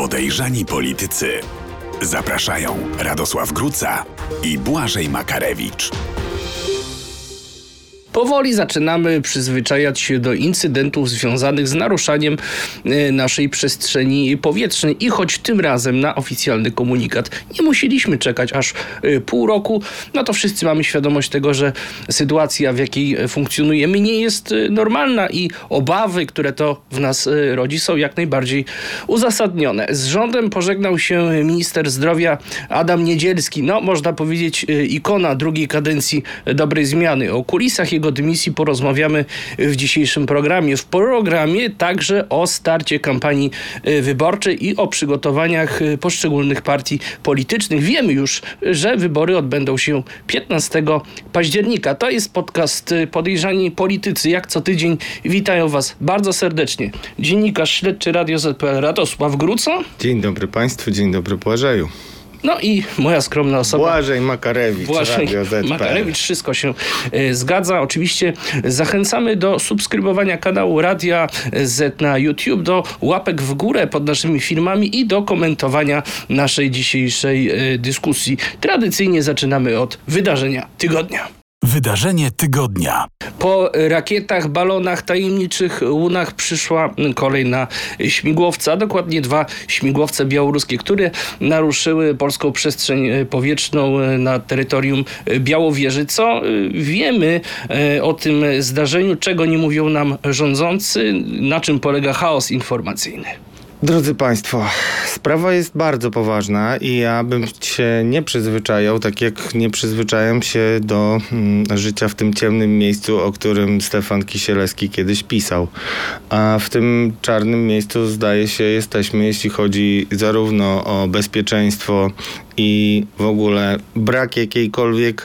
Podejrzani politycy. Zapraszają Radosław Gruca i Błażej Makarewicz. Powoli zaczynamy przyzwyczajać się do incydentów związanych z naruszaniem naszej przestrzeni powietrznej i choć tym razem na oficjalny komunikat nie musieliśmy czekać aż pół roku, no to wszyscy mamy świadomość tego, że sytuacja, w jakiej funkcjonujemy, nie jest normalna i obawy, które to w nas rodzi, są jak najbardziej uzasadnione. Z rządem pożegnał się minister zdrowia Adam Niedzielski, no można powiedzieć ikona drugiej kadencji dobrej zmiany. O kulisach jego dymisji porozmawiamy w dzisiejszym programie. W programie także o starcie kampanii wyborczej i o przygotowaniach poszczególnych partii politycznych. Wiemy już, że wybory odbędą się 15 października. To jest podcast Podejrzani Politycy. Jak co tydzień witają Was bardzo serdecznie dziennikarz śledczy Radio ZPL Radosław Gruca. Dzień dobry Państwu, dzień dobry Błażeju. No i moja skromna osoba. Błażej Makarewicz, Radio ZPL. Makarewicz, wszystko się zgadza. Oczywiście zachęcamy do subskrybowania kanału Radia Z na YouTube, do łapek w górę pod naszymi filmami i do komentowania naszej dzisiejszej dyskusji. Tradycyjnie zaczynamy od wydarzenia tygodnia. Wydarzenie tygodnia. Po rakietach, balonach, tajemniczych łunach przyszła kolej na śmigłowce, a dokładnie 2 śmigłowce białoruskie, które naruszyły polską przestrzeń powietrzną na terytorium Białowieży. Co wiemy o tym zdarzeniu, czego nie mówią nam rządzący, na czym polega chaos informacyjny? Drodzy Państwo, sprawa jest bardzo poważna i ja bym się nie przyzwyczajał, tak jak nie przyzwyczajam się do życia w tym ciemnym miejscu, o którym Stefan Kisielewski kiedyś pisał. A w tym czarnym miejscu, zdaje się, jesteśmy, jeśli chodzi zarówno o bezpieczeństwo i w ogóle brak jakiejkolwiek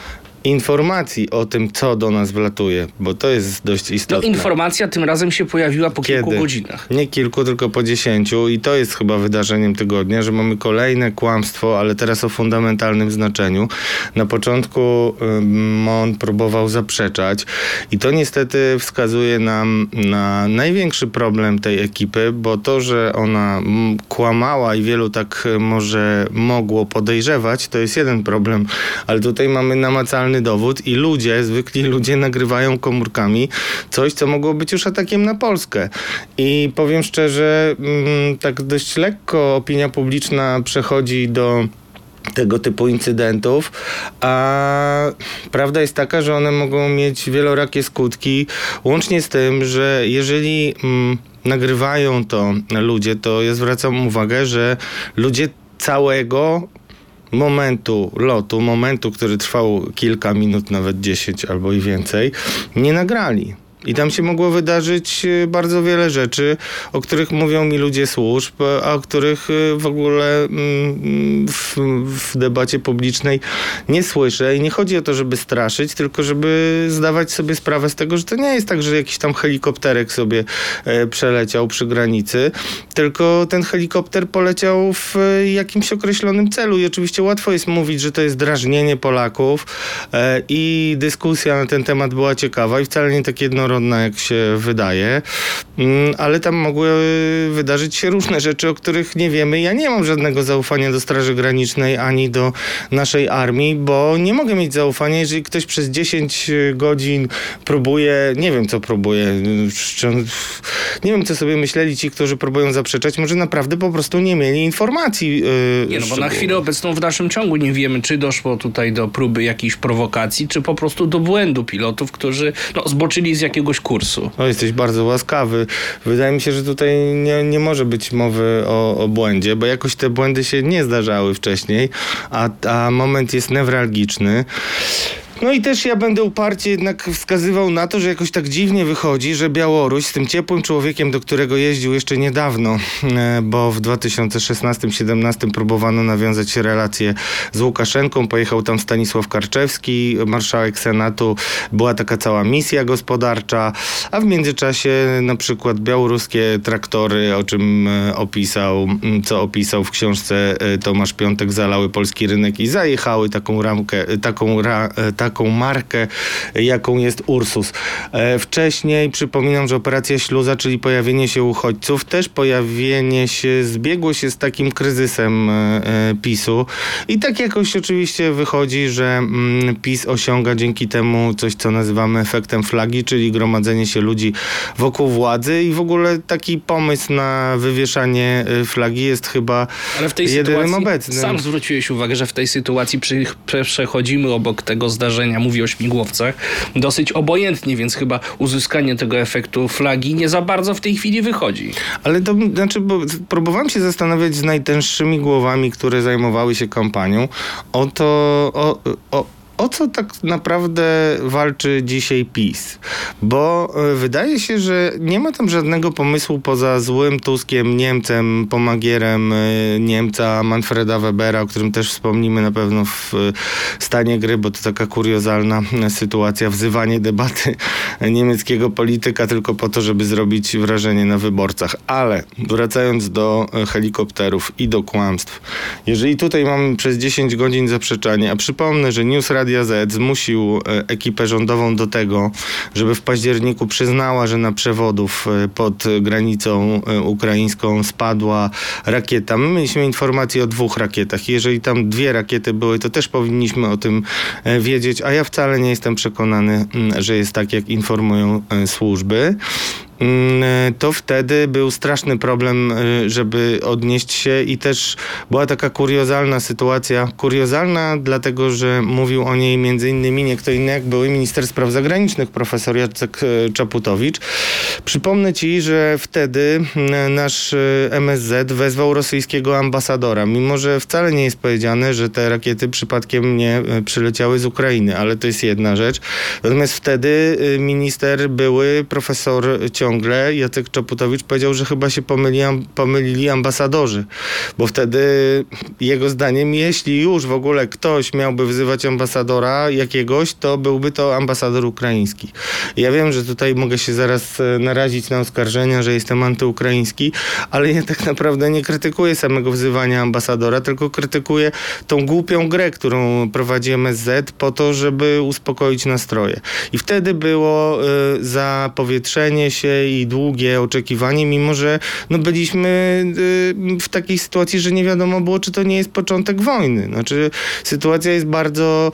informacji o tym, co do nas wlatuje, bo to jest dość istotne. No, informacja tym razem się pojawiła po kilku godzinach. Nie kilku, tylko po 10 i to jest chyba wydarzeniem tygodnia, że mamy kolejne kłamstwo, ale teraz o fundamentalnym znaczeniu. Na początku MON próbował zaprzeczać i to niestety wskazuje nam na największy problem tej ekipy, bo to, że ona kłamała i wielu tak może mogło podejrzewać, to jest jeden problem, ale tutaj mamy namacalny dowód i zwykli ludzie nagrywają komórkami coś, co mogło być już atakiem na Polskę. I powiem szczerze, tak dość lekko opinia publiczna przechodzi do tego typu incydentów, a prawda jest taka, że one mogą mieć wielorakie skutki, łącznie z tym, że jeżeli nagrywają to ludzie, to ja zwracam uwagę, że ludzie całego momentu, który trwał kilka minut, nawet 10 albo i więcej, nie nagrali. I tam się mogło wydarzyć bardzo wiele rzeczy, o których mówią mi ludzie służb, a o których w ogóle w debacie publicznej nie słyszę. I nie chodzi o to, żeby straszyć, tylko żeby zdawać sobie sprawę z tego, że to nie jest tak, że jakiś tam helikopterek sobie przeleciał przy granicy, tylko ten helikopter poleciał w jakimś określonym celu. I oczywiście łatwo jest mówić, że to jest drażnienie Polaków i dyskusja na ten temat była ciekawa i wcale nie tak jednorodna, jak się wydaje, ale tam mogły wydarzyć się różne rzeczy, o których nie wiemy. Ja nie mam żadnego zaufania do Straży Granicznej ani do naszej armii, bo nie mogę mieć zaufania, jeżeli ktoś przez 10 godzin próbuje, nie wiem co próbuje, nie wiem co sobie myśleli ci, którzy próbują zaprzeczać, może naprawdę po prostu nie mieli informacji. Nie, no bo na chwilę obecną w naszym ciągu nie wiemy, czy doszło tutaj do próby jakiejś prowokacji, czy po prostu do błędu pilotów, którzy zboczyli z jakiegoś kursu. Jesteś bardzo łaskawy. Wydaje mi się, że tutaj nie może być mowy o błędzie, bo jakoś te błędy się nie zdarzały wcześniej, a moment jest newralgiczny. No i też ja będę uparcie jednak wskazywał na to, że jakoś tak dziwnie wychodzi, że Białoruś z tym ciepłym człowiekiem, do którego jeździł jeszcze niedawno, bo w 2016-17 próbowano nawiązać relacje z Łukaszenką, pojechał tam Stanisław Karczewski, marszałek Senatu, była taka cała misja gospodarcza, a w międzyczasie na przykład białoruskie traktory, co opisał w książce Tomasz Piątek, zalały polski rynek i zajechały taką taką markę, jaką jest Ursus. Wcześniej przypominam, że operacja Śluza, czyli pojawienie się uchodźców, też zbiegło się z takim kryzysem PiS-u i tak jakoś oczywiście wychodzi, że PiS osiąga dzięki temu coś, co nazywamy efektem flagi, czyli gromadzenie się ludzi wokół władzy i w ogóle taki pomysł na wywieszanie flagi jest chyba jedynym obecnym. Sam zwróciłeś uwagę, że w tej sytuacji przechodzimy obok tego zdarzenia, mówię o śmigłowcach, dosyć obojętnie, więc chyba uzyskanie tego efektu flagi nie za bardzo w tej chwili wychodzi. Ale to znaczy, bo próbowałem się zastanawiać z najtęższymi głowami, które zajmowały się kampanią, o co tak naprawdę walczy dzisiaj PiS? Bo wydaje się, że nie ma tam żadnego pomysłu poza złym Tuskiem, Niemcem, pomagierem Niemca, Manfreda Webera, o którym też wspomnimy na pewno w stanie gry, bo to taka kuriozalna sytuacja, wzywanie debaty niemieckiego polityka tylko po to, żeby zrobić wrażenie na wyborcach. Ale wracając do helikopterów i do kłamstw. Jeżeli tutaj mamy przez 10 godzin zaprzeczanie, a przypomnę, że News Radio Z zmusił ekipę rządową do tego, żeby w październiku przyznała, że na przewodów pod granicą ukraińską spadła rakieta. My mieliśmy informacje o 2 rakietach. Jeżeli tam 2 rakiety były, to też powinniśmy o tym wiedzieć, a ja wcale nie jestem przekonany, że jest tak, jak informują służby. To wtedy był straszny problem, żeby odnieść się i też była taka kuriozalna sytuacja. Kuriozalna dlatego, że mówił o niej między innymi nie kto inny jak były minister spraw zagranicznych profesor Jacek Czaputowicz. Przypomnę ci, że wtedy nasz MSZ wezwał rosyjskiego ambasadora, mimo że wcale nie jest powiedziane, że te rakiety przypadkiem nie przyleciały z Ukrainy, ale to jest jedna rzecz. Natomiast wtedy minister były profesor Jacek Czaputowicz powiedział, że chyba się pomylili ambasadorzy, bo wtedy jego zdaniem, jeśli już w ogóle ktoś miałby wzywać ambasadora jakiegoś, to byłby to ambasador ukraiński. Ja wiem, że tutaj mogę się zaraz narazić na oskarżenia, że jestem antyukraiński, ale ja tak naprawdę nie krytykuję samego wzywania ambasadora, tylko krytykuję tą głupią grę, którą prowadzi MSZ po to, żeby uspokoić nastroje. I wtedy było zapowietrzenie się i długie oczekiwanie, mimo że byliśmy w takiej sytuacji, że nie wiadomo było, czy to nie jest początek wojny. Znaczy, sytuacja jest bardzo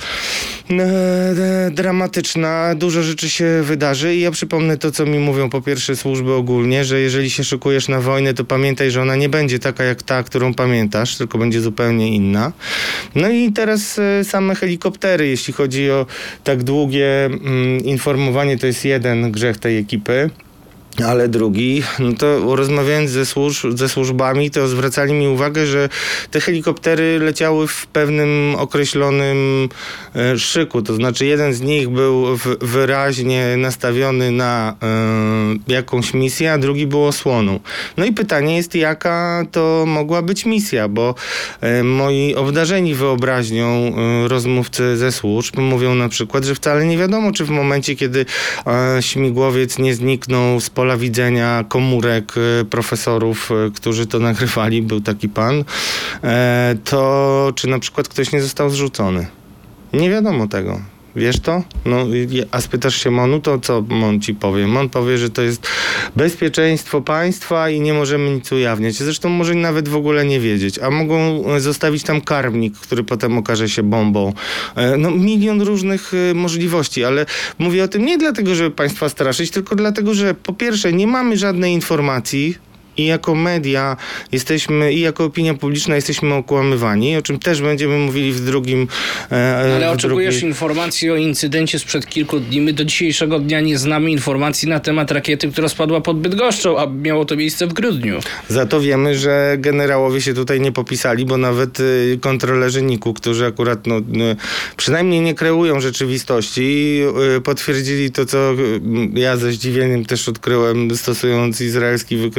dramatyczna, dużo rzeczy się wydarzy i ja przypomnę to, co mi mówią po pierwsze służby ogólnie, że jeżeli się szykujesz na wojnę, to pamiętaj, że ona nie będzie taka jak ta, którą pamiętasz, tylko będzie zupełnie inna. No i teraz same helikoptery, jeśli chodzi o tak długie informowanie, to jest jeden grzech tej ekipy. Ale drugi, to rozmawiając ze służbami, to zwracali mi uwagę, że te helikoptery leciały w pewnym określonym szyku. To znaczy jeden z nich był wyraźnie nastawiony na jakąś misję, a drugi był osłoną. No i pytanie jest, jaka to mogła być misja, bo moi obdarzeni wyobraźnią rozmówcy ze służb mówią na przykład, że wcale nie wiadomo, czy w momencie, kiedy śmigłowiec nie zniknął z pola widzenia komórek profesorów, którzy to nagrywali, był taki pan, to czy na przykład ktoś nie został zrzucony. Nie wiadomo tego. Wiesz to? A spytasz się Monu, to co Mon ci powie? Mon powie, że to jest bezpieczeństwo państwa i nie możemy nic ujawniać. Zresztą może nawet w ogóle nie wiedzieć. A mogą zostawić tam karmnik, który potem okaże się bombą. Milion różnych możliwości, ale mówię o tym nie dlatego, żeby państwa straszyć, tylko dlatego, że po pierwsze nie mamy żadnej informacji, i jako media jesteśmy, i jako opinia publiczna jesteśmy okłamywani, o czym też będziemy mówili w drugim... Ale oczekujesz informacji o incydencie sprzed kilku dni. My do dzisiejszego dnia nie znamy informacji na temat rakiety, która spadła pod Bydgoszczą, a miało to miejsce w grudniu. Za to wiemy, że generałowie się tutaj nie popisali, bo nawet kontrolerzy NIK-u, którzy akurat przynajmniej nie kreują rzeczywistości, potwierdzili to, co ja ze zdziwieniem też odkryłem, stosując izraelski wykrywacz kłamstw,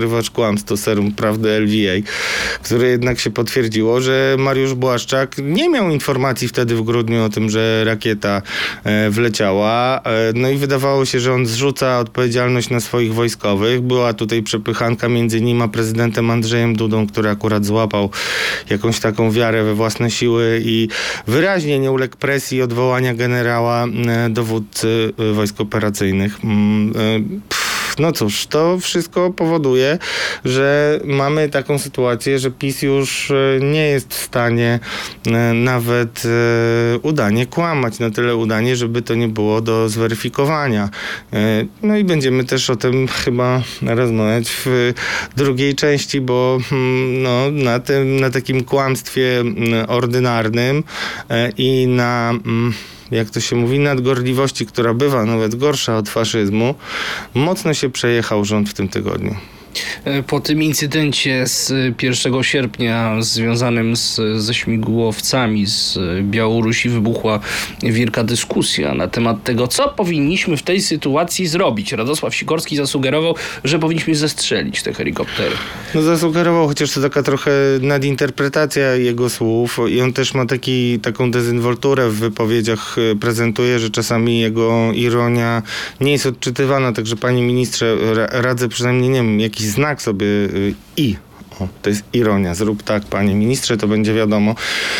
kłamstwo serum prawdy LVA, które jednak się potwierdziło, że Mariusz Błaszczak nie miał informacji wtedy w grudniu o tym, że rakieta wleciała. No i wydawało się, że on zrzuca odpowiedzialność na swoich wojskowych. Była tutaj przepychanka między nim a prezydentem Andrzejem Dudą, który akurat złapał jakąś taką wiarę we własne siły i wyraźnie nie uległ presji odwołania generała dowódcy wojsk operacyjnych. No cóż, to wszystko powoduje, że mamy taką sytuację, że PiS już nie jest w stanie nawet udanie kłamać, na tyle udanie, żeby to nie było do zweryfikowania. No i będziemy też o tym chyba rozmawiać w drugiej części, bo no, na takim kłamstwie ordynarnym i na jak to się mówi, nadgorliwości, która bywa nawet gorsza od faszyzmu, mocno się przejechał rząd w tym tygodniu. Po tym incydencie z 1 sierpnia związanym ze śmigłowcami z Białorusi wybuchła wielka dyskusja na temat tego, co powinniśmy w tej sytuacji zrobić. Radosław Sikorski zasugerował, że powinniśmy zestrzelić te helikoptery. No zasugerował, chociaż to taka trochę nadinterpretacja jego słów i on też ma taką dezynwolturę w wypowiedziach, prezentuje, że czasami jego ironia nie jest odczytywana, także panie ministrze, radzę przynajmniej, nie wiem, jakiś znak sobie to jest ironia. Zrób tak, panie ministrze, to będzie wiadomo.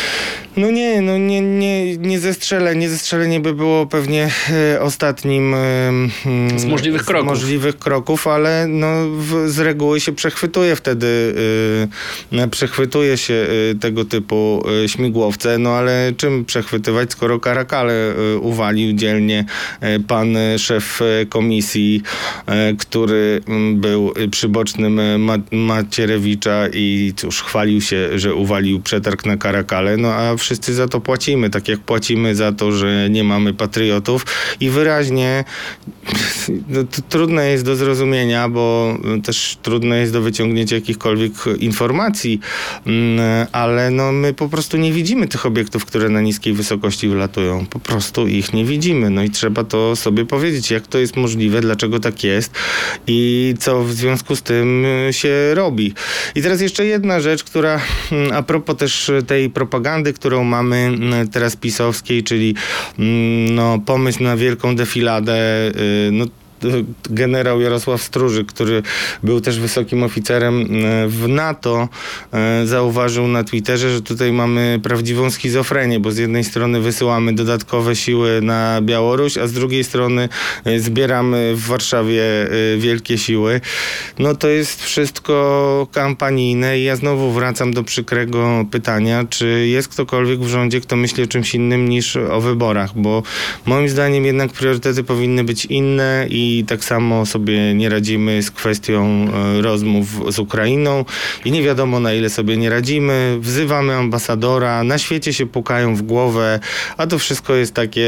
Nie zestrzelenie by było pewnie ostatnim z możliwych kroków, ale z reguły się przechwytuje się tego typu śmigłowce, ale czym przechwytywać, skoro Karakale uwalił dzielnie pan szef komisji, który był przybocznym Macierewicza i cóż, chwalił się, że uwalił przetarg na Karakale, a wszyscy za to płacimy, tak jak płacimy za to, że nie mamy patriotów i wyraźnie to trudne jest do zrozumienia, bo też trudne jest do wyciągnięcia jakichkolwiek informacji, ale my po prostu nie widzimy tych obiektów, które na niskiej wysokości wylatują. Po prostu ich nie widzimy. I trzeba to sobie powiedzieć, jak to jest możliwe, dlaczego tak jest i co w związku z tym się robi. I teraz jeszcze jedna rzecz, która a propos też tej propagandy, którą mamy teraz pisowskiej, czyli pomysł na wielką defiladę, generał Jarosław Stróżyk, który był też wysokim oficerem w NATO, zauważył na Twitterze, że tutaj mamy prawdziwą schizofrenię, bo z jednej strony wysyłamy dodatkowe siły na Białoruś, a z drugiej strony zbieramy w Warszawie wielkie siły. To jest wszystko kampanijne i ja znowu wracam do przykrego pytania, czy jest ktokolwiek w rządzie, kto myśli o czymś innym niż o wyborach, bo moim zdaniem jednak priorytety powinny być inne i tak samo sobie nie radzimy z kwestią rozmów z Ukrainą i nie wiadomo, na ile sobie nie radzimy. Wzywamy ambasadora, na świecie się pukają w głowę, a to wszystko jest takie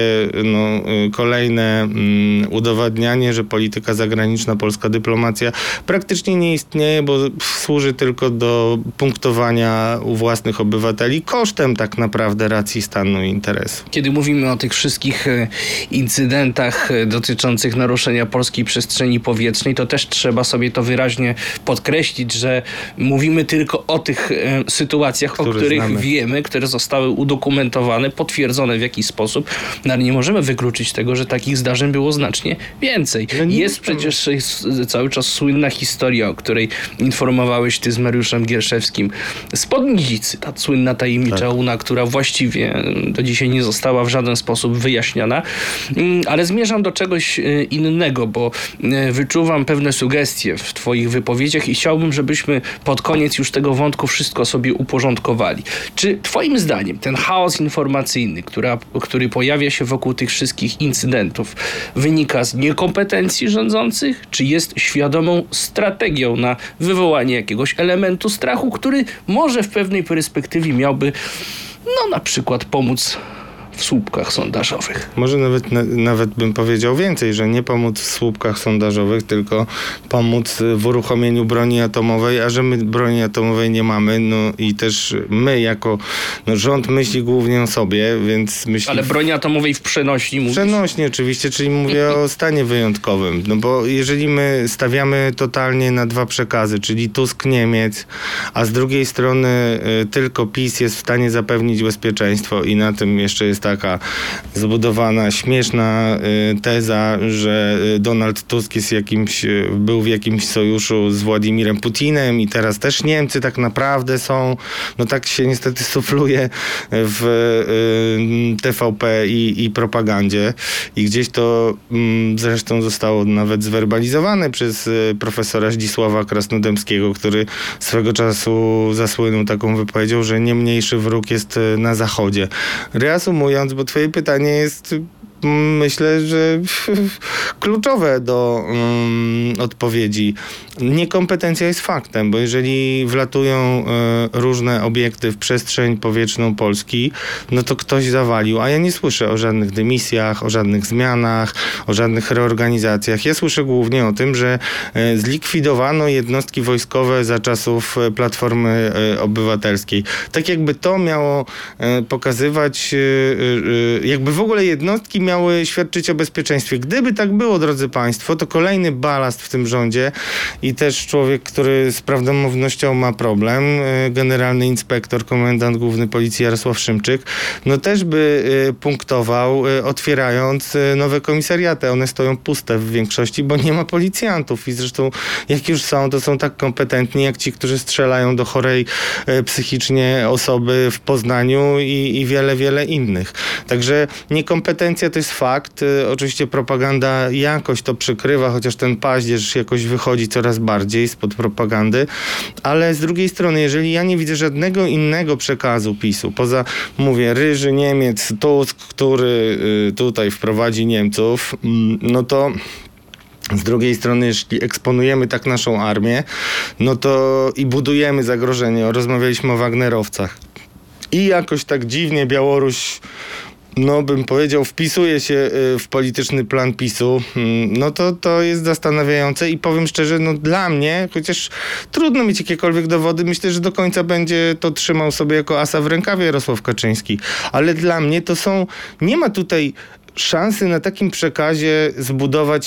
kolejne udowadnianie, że polityka zagraniczna, polska dyplomacja praktycznie nie istnieje, bo służy tylko do punktowania u własnych obywateli kosztem tak naprawdę racji stanu i interesu. Kiedy mówimy o tych wszystkich incydentach dotyczących naruszenia polskiej przestrzeni powietrznej, to też trzeba sobie to wyraźnie podkreślić, że mówimy tylko o tych sytuacjach, o których znamy. Wiemy, które zostały udokumentowane, potwierdzone w jakiś sposób, ale nie możemy wykluczyć tego, że takich zdarzeń było znacznie więcej. Jest przecież cały czas słynna historia, o której informowałeś ty z Mariuszem Gierszewskim z Podnidzicy, ta słynna tajemnicza UNA, która właściwie do dzisiaj nie została w żaden sposób wyjaśniona, ale zmierzam do czegoś innego, bo wyczuwam pewne sugestie w twoich wypowiedziach i chciałbym, żebyśmy pod koniec już tego wątku wszystko sobie uporządkowali. Czy twoim zdaniem ten chaos informacyjny, który pojawia się wokół tych wszystkich incydentów, wynika z niekompetencji rządzących, czy jest świadomą strategią na wywołanie jakiegoś elementu strachu, który może w pewnej perspektywie miałby na przykład pomóc w słupkach sondażowych. Może nawet bym powiedział więcej, że nie pomóc w słupkach sondażowych, tylko pomóc w uruchomieniu broni atomowej, a że my broni atomowej nie mamy, no i też my jako rząd myśli głównie o sobie, więc myśli... Ale broni atomowej w przenośni mówisz? Przenośnie oczywiście, czyli mówię o stanie wyjątkowym, no bo jeżeli my stawiamy totalnie na dwa przekazy, czyli Tusk Niemiec, a z drugiej strony tylko PiS jest w stanie zapewnić bezpieczeństwo i na tym jeszcze jest taka zbudowana, śmieszna teza, że Donald Tusk był w jakimś sojuszu z Władimirem Putinem i teraz też Niemcy tak naprawdę są, no tak się niestety sufluje w TVP i propagandzie i gdzieś to zresztą zostało nawet zwerbalizowane przez profesora Zdzisława Krasnodębskiego, który swego czasu zasłynął taką wypowiedzią, że nie mniejszy wróg jest na zachodzie. Reasumując, bo twoje pytanie jest, myślę, że kluczowe do odpowiedzi. Niekompetencja jest faktem, bo jeżeli wlatują różne obiekty w przestrzeń powietrzną Polski, no to ktoś zawalił, a ja nie słyszę o żadnych dymisjach, o żadnych zmianach, o żadnych reorganizacjach. Ja słyszę głównie o tym, że zlikwidowano jednostki wojskowe za czasów Platformy Obywatelskiej. Tak jakby to miało pokazywać, jakby w ogóle jednostki miały świadczyć o bezpieczeństwie. Gdyby tak było, drodzy państwo, to kolejny balast w tym rządzie i też człowiek, który z prawdomównością ma problem, generalny inspektor, komendant główny policji Jarosław Szymczyk, no też by punktował, otwierając nowe komisariaty. One stoją puste w większości, bo nie ma policjantów i zresztą jak już są, to są tak kompetentni jak ci, którzy strzelają do chorej psychicznie osoby w Poznaniu i wiele, wiele innych. Także niekompetencja to jest fakt. Oczywiście propaganda jakoś to przykrywa, chociaż ten paździerz jakoś wychodzi coraz bardziej spod propagandy, ale z drugiej strony, jeżeli ja nie widzę żadnego innego przekazu PiS-u, poza, mówię, Ryży, Niemiec, Tusk, który tutaj wprowadzi Niemców, no to z drugiej strony, jeśli eksponujemy tak naszą armię, no to i budujemy zagrożenie. Rozmawialiśmy o Wagnerowcach. I jakoś tak dziwnie Białoruś, no bym powiedział, wpisuje się w polityczny plan PiS-u, no to jest zastanawiające i powiem szczerze, no dla mnie, chociaż trudno mieć jakiekolwiek dowody, myślę, że do końca będzie to trzymał sobie jako asa w rękawie Jarosław Kaczyński, ale dla mnie to nie ma tutaj szansy na takim przekazie zbudować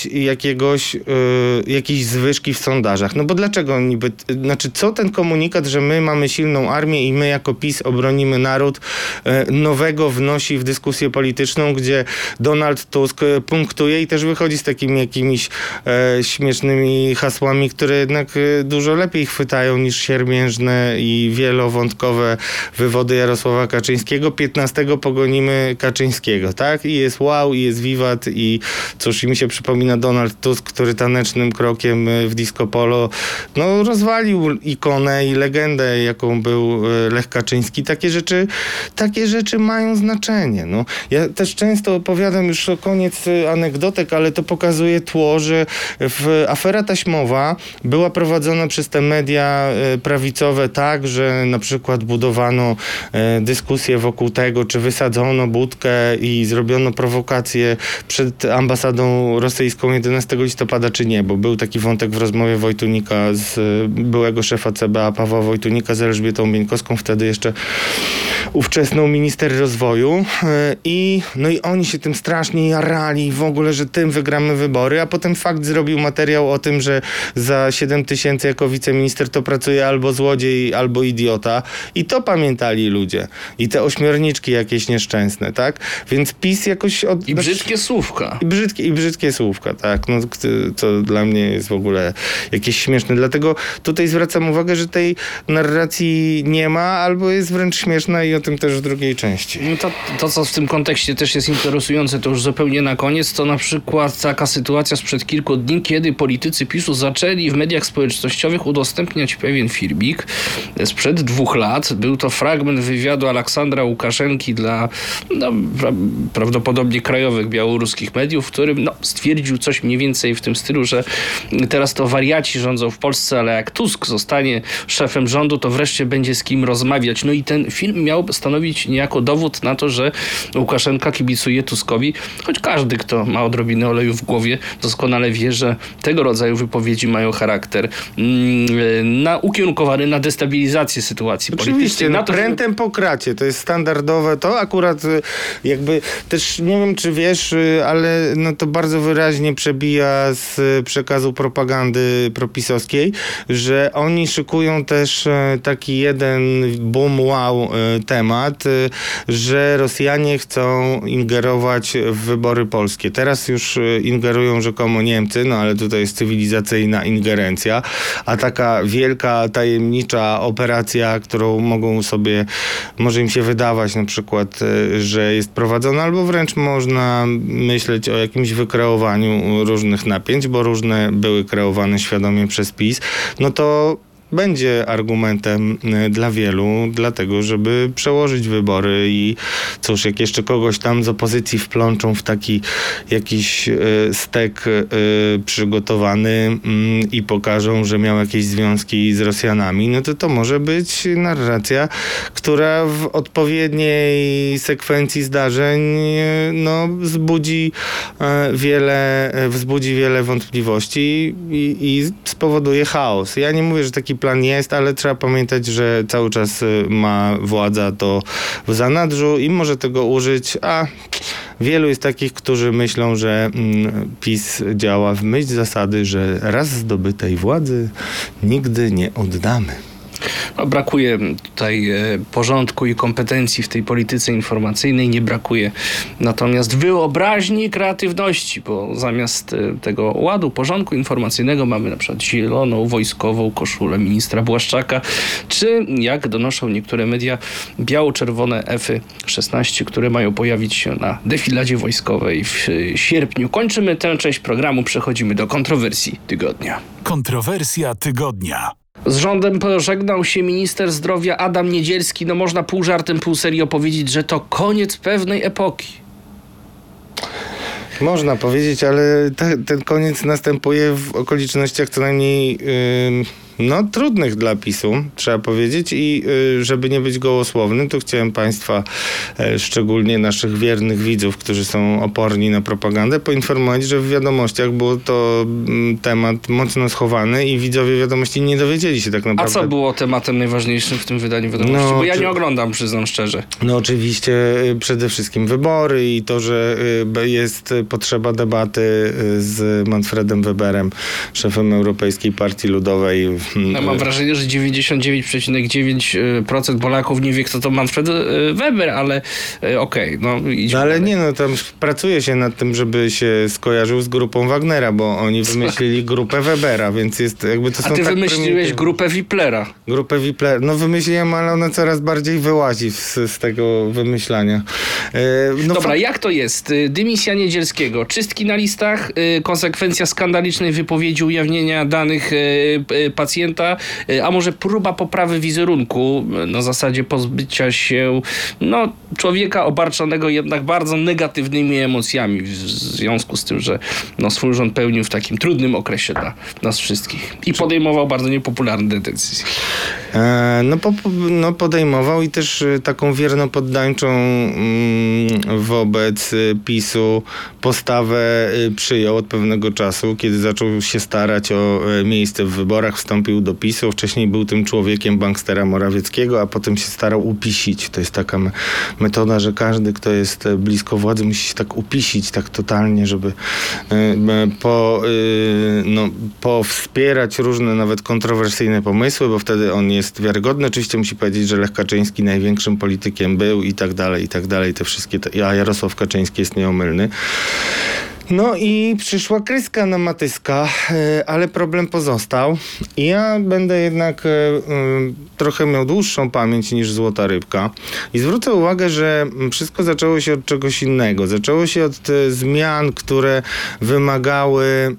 jakiejś zwyżki w sondażach. No bo dlaczego niby, co ten komunikat, że my mamy silną armię i my jako PiS obronimy naród, nowego wnosi w dyskusję polityczną, gdzie Donald Tusk punktuje i też wychodzi z takimi jakimiś śmiesznymi hasłami, które jednak dużo lepiej chwytają niż siermiężne i wielowątkowe wywody Jarosława Kaczyńskiego. 15 pogonimy Kaczyńskiego, tak? I jest i jest wiwat i cóż, i mi się przypomina Donald Tusk, który tanecznym krokiem w disco polo rozwalił ikonę i legendę, jaką był Lech Kaczyński. Takie rzeczy mają znaczenie. No. Ja też często opowiadam, już koniec anegdotek, ale to pokazuje tło, że afera taśmowa była prowadzona przez te media prawicowe tak, że na przykład budowano dyskusję wokół tego, czy wysadzono budkę i zrobiono prowokację przed ambasadą rosyjską 11 listopada, czy nie, bo był taki wątek w rozmowie Wojtunika z byłego szefa CBA Pawła Wojtunika z Elżbietą Bieńkowską, wtedy jeszcze ówczesną minister rozwoju i oni się tym strasznie jarali w ogóle, że tym wygramy wybory, a potem Fakt zrobił materiał o tym, że za 7 000 jako wiceminister to pracuje albo złodziej, albo idiota i to pamiętali ludzie. I te ośmiorniczki jakieś nieszczęsne, tak? Więc PiS jakoś... I brzydkie słówka. I brzydkie słówka, tak. Co dla mnie jest w ogóle jakieś śmieszne. Dlatego tutaj zwracam uwagę, że tej narracji nie ma, albo jest wręcz śmieszna i o tym też w drugiej części. To, co w tym kontekście też jest interesujące, to już zupełnie na koniec, to na przykład taka sytuacja sprzed kilku dni, kiedy politycy PiS-u zaczęli w mediach społecznościowych udostępniać pewien filmik sprzed 2 lat. Był to fragment wywiadu Aleksandra Łukaszenki dla prawdopodobnie krajowych białoruskich mediów, w którym stwierdził coś mniej więcej w tym stylu, że teraz to wariaci rządzą w Polsce, ale jak Tusk zostanie szefem rządu, to wreszcie będzie z kim rozmawiać. No i ten film miał stanowić niejako dowód na to, że Łukaszenka kibicuje Tuskowi, choć każdy, kto ma odrobinę oleju w głowie, doskonale wie, że tego rodzaju wypowiedzi mają charakter ukierunkowany na destabilizację sytuacji politycznej. Oczywiście, prętem po kracie, to jest standardowe, to akurat jakby też nie wiem, czy wiesz, ale to bardzo wyraźnie przebija z przekazu propagandy propisowskiej, że oni szykują też taki jeden boom wow temat, że Rosjanie chcą ingerować w wybory polskie. Teraz już ingerują rzekomo Niemcy, ale tutaj jest cywilizacyjna ingerencja, a taka wielka, tajemnicza operacja, którą może im się wydawać na przykład, że jest prowadzona, albo wręcz można myśleć o jakimś wykreowaniu różnych napięć, bo różne były kreowane świadomie przez PiS, to będzie argumentem dla wielu, dlatego, żeby przełożyć wybory i cóż, jak jeszcze kogoś tam z opozycji wplączą w taki jakiś stek przygotowany i pokażą, że miał jakieś związki z Rosjanami, to może być narracja, która w odpowiedniej sekwencji zdarzeń wzbudzi wiele wątpliwości i spowoduje chaos. Ja nie mówię, że taki plan jest, ale trzeba pamiętać, że cały czas ma władza to w zanadrzu i może tego użyć, a wielu jest takich, którzy myślą, że PiS działa w myśl zasady, że raz zdobytej władzy nigdy nie oddamy. Brakuje tutaj porządku i kompetencji w tej polityce informacyjnej, nie brakuje natomiast wyobraźni i kreatywności, bo zamiast tego ładu, porządku informacyjnego mamy na przykład zieloną, wojskową koszulę ministra Błaszczaka, czy jak donoszą niektóre media, biało-czerwone F-16, które mają pojawić się na defiladzie wojskowej w sierpniu. Kończymy tę część programu, przechodzimy do kontrowersji tygodnia. Kontrowersja tygodnia. Z rządem pożegnał się minister zdrowia Adam Niedzielski. Można pół żartem, pół serio powiedzieć, że to koniec pewnej epoki. Można powiedzieć, ale ten koniec następuje w okolicznościach co najmniej trudnych dla PiS-u, trzeba powiedzieć, i żeby nie być gołosłownym, to chciałem Państwa, szczególnie naszych wiernych widzów, którzy są oporni na propagandę, poinformować, że w wiadomościach był to temat mocno schowany i widzowie wiadomości nie dowiedzieli się tak naprawdę. A co było tematem najważniejszym w tym wydaniu wiadomości? Bo ja nie oglądam, przyznam szczerze. Oczywiście przede wszystkim wybory i to, że jest potrzeba debaty z Manfredem Weberem, szefem Europejskiej Partii Ludowej. Mam wrażenie, że 99,9% Polaków nie wie, kto to Manfred Weber, ale okej. Ale tam pracuje się nad tym, żeby się skojarzył z grupą Wagnera, bo oni wymyślili grupę Webera, więc jest jakby to są. A ty wymyśliłeś grupę Wiplera. Grupę Wiplera. Wymyśliłem, ale ona coraz bardziej wyłazi z tego wymyślania. Dobra, jak to jest? Dymisja Niedzielskiego, czystki na listach, konsekwencja skandalicznej wypowiedzi ujawnienia danych pacjenta, a może próba poprawy wizerunku na zasadzie pozbycia się człowieka obarczonego jednak bardzo negatywnymi emocjami w związku z tym, że swój rząd pełnił w takim trudnym okresie dla nas wszystkich i podejmował bardzo niepopularne decyzje. Podejmował i też taką wiernopoddańczą wobec PiS-u postawę przyjął od pewnego czasu, kiedy zaczął się starać o miejsce w wyborach, wstąpił do PiS-u. Wcześniej był tym człowiekiem bankstera Morawieckiego, a potem się starał upisić. To jest taka metoda, że każdy, kto jest blisko władzy, musi się tak upisić, tak totalnie, żeby powspierać różne nawet kontrowersyjne pomysły, bo wtedy on jest wiarygodny. Oczywiście musi powiedzieć, że Lech Kaczyński największym politykiem był i tak dalej, te wszystkie, a Jarosław Kaczyński jest nieomylny. No i przyszła kryska na Matyska, ale problem pozostał. I ja będę jednak trochę miał dłuższą pamięć niż złota rybka. I zwrócę uwagę, że wszystko zaczęło się od czegoś innego. Zaczęło się od zmian, które wymagały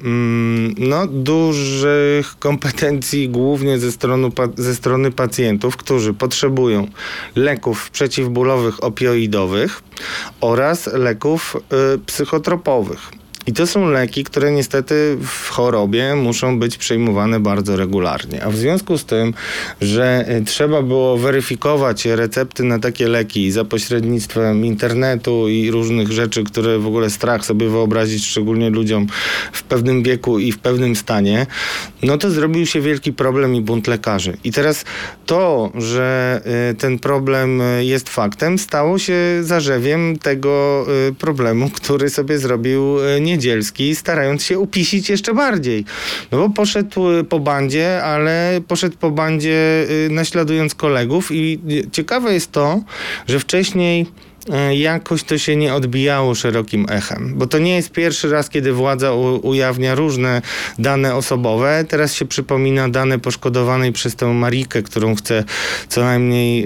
dużych kompetencji, głównie ze strony pacjentów, którzy potrzebują leków przeciwbólowych opioidowych oraz leków psychotropowych. I to są leki, które niestety w chorobie muszą być przejmowane bardzo regularnie. A w związku z tym, że trzeba było weryfikować recepty na takie leki za pośrednictwem internetu i różnych rzeczy, które w ogóle strach sobie wyobrazić, szczególnie ludziom w pewnym wieku i w pewnym stanie, no to zrobił się wielki problem i bunt lekarzy. I teraz to, że ten problem jest faktem, stało się zarzewiem tego problemu, który sobie zrobił Niedzielski, starając się upisić jeszcze bardziej. No bo poszedł po bandzie, ale poszedł po bandzie naśladując kolegów i ciekawe jest to, że wcześniej jakoś to się nie odbijało szerokim echem, bo to nie jest pierwszy raz, kiedy władza ujawnia różne dane osobowe. Teraz się przypomina dane poszkodowanej przez tę Marikę, którą chce co najmniej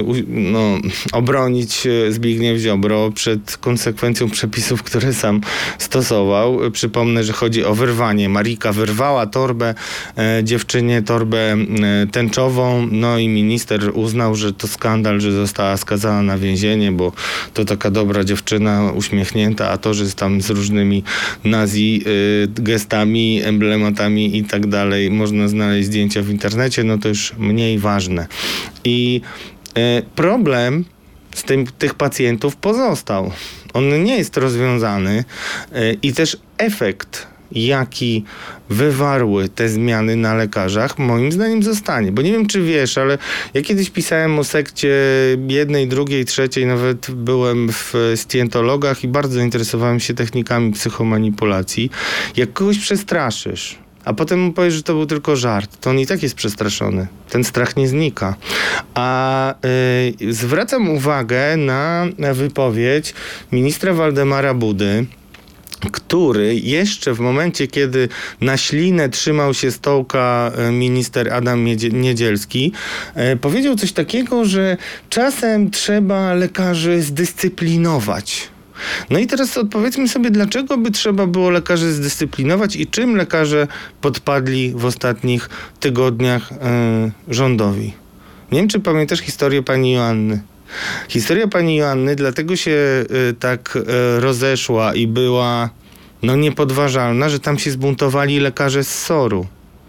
obronić Zbigniew Ziobro przed konsekwencją przepisów, które sam stosował. Przypomnę, że chodzi o wyrwanie. Marika wyrwała torbę, dziewczynie torbę tęczową, no i minister uznał, że to skandal, że została skazana na więzienie, bo to taka dobra dziewczyna, uśmiechnięta, a to, że jest tam z różnymi nazi, gestami, emblematami i tak dalej, można znaleźć zdjęcia w internecie, no to już mniej ważne. I problem z tych pacjentów pozostał. On nie jest rozwiązany i też efekt, jaki wywarły te zmiany na lekarzach, moim zdaniem zostanie. Bo nie wiem, czy wiesz, ale ja kiedyś pisałem o sekcie 1., 2., 3., nawet byłem w scjentologach i bardzo interesowałem się technikami psychomanipulacji. Jak kogoś przestraszysz, a potem mu powiesz, że to był tylko żart, to on i tak jest przestraszony. Ten strach nie znika. A zwracam uwagę na wypowiedź ministra Waldemara Budy, który jeszcze w momencie, kiedy na ślinę trzymał się stołka minister Adam Niedzielski, powiedział coś takiego, że czasem trzeba lekarzy zdyscyplinować. No i teraz odpowiedzmy sobie, dlaczego by trzeba było lekarzy zdyscyplinować i czym lekarze podpadli w ostatnich tygodniach rządowi. Nie wiem, czy pamiętasz historię pani Joanny. Historia pani Joanny dlatego się tak rozeszła i była niepodważalna, że tam się zbuntowali lekarze z SOR-u.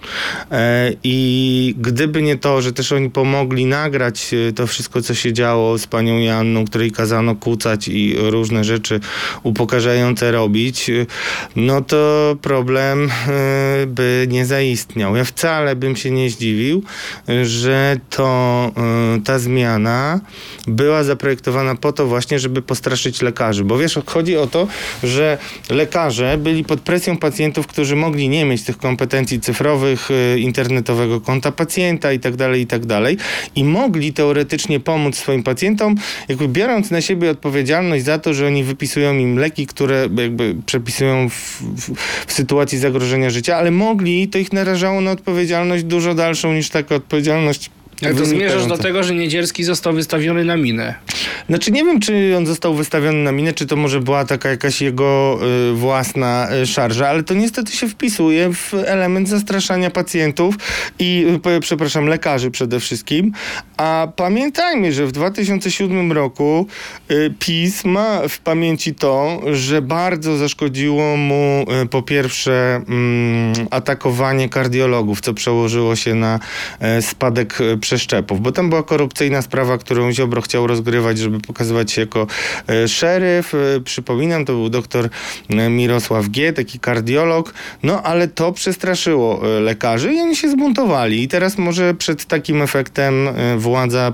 I gdyby nie to, że też oni pomogli nagrać to wszystko, co się działo z panią Joanną, której kazano kucać i różne rzeczy upokarzające robić, no to problem by nie zaistniał. Ja wcale bym się nie zdziwił, że ta zmiana była zaprojektowana po to właśnie, żeby postraszyć lekarzy. Bo wiesz, chodzi o to, że lekarze byli pod presją pacjentów, którzy mogli nie mieć tych kompetencji cyfrowych, internetowego konta pacjenta i tak dalej i mogli teoretycznie pomóc swoim pacjentom, jakby biorąc na siebie odpowiedzialność za to, że oni wypisują im leki, które jakby przepisują w sytuacji zagrożenia życia, ale mogli, to ich narażało na odpowiedzialność dużo dalszą niż taka odpowiedzialność. Jak to zmierzasz do tego, że Niedzielski został wystawiony na minę? Znaczy nie wiem, czy on został wystawiony na minę, czy to może była taka jakaś jego własna szarża, ale to niestety się wpisuje w element zastraszania pacjentów i, lekarzy przede wszystkim. A pamiętajmy, że w 2007 roku PiS ma w pamięci to, że bardzo zaszkodziło mu po pierwsze atakowanie kardiologów, co przełożyło się na spadek przeszczepów, bo tam była korupcyjna sprawa, którą Ziobro chciał rozgrywać, żeby pokazywać się jako szeryf. Przypominam, to był doktor Mirosław G., taki kardiolog, ale to przestraszyło lekarzy i oni się zbuntowali. I teraz może przed takim efektem władza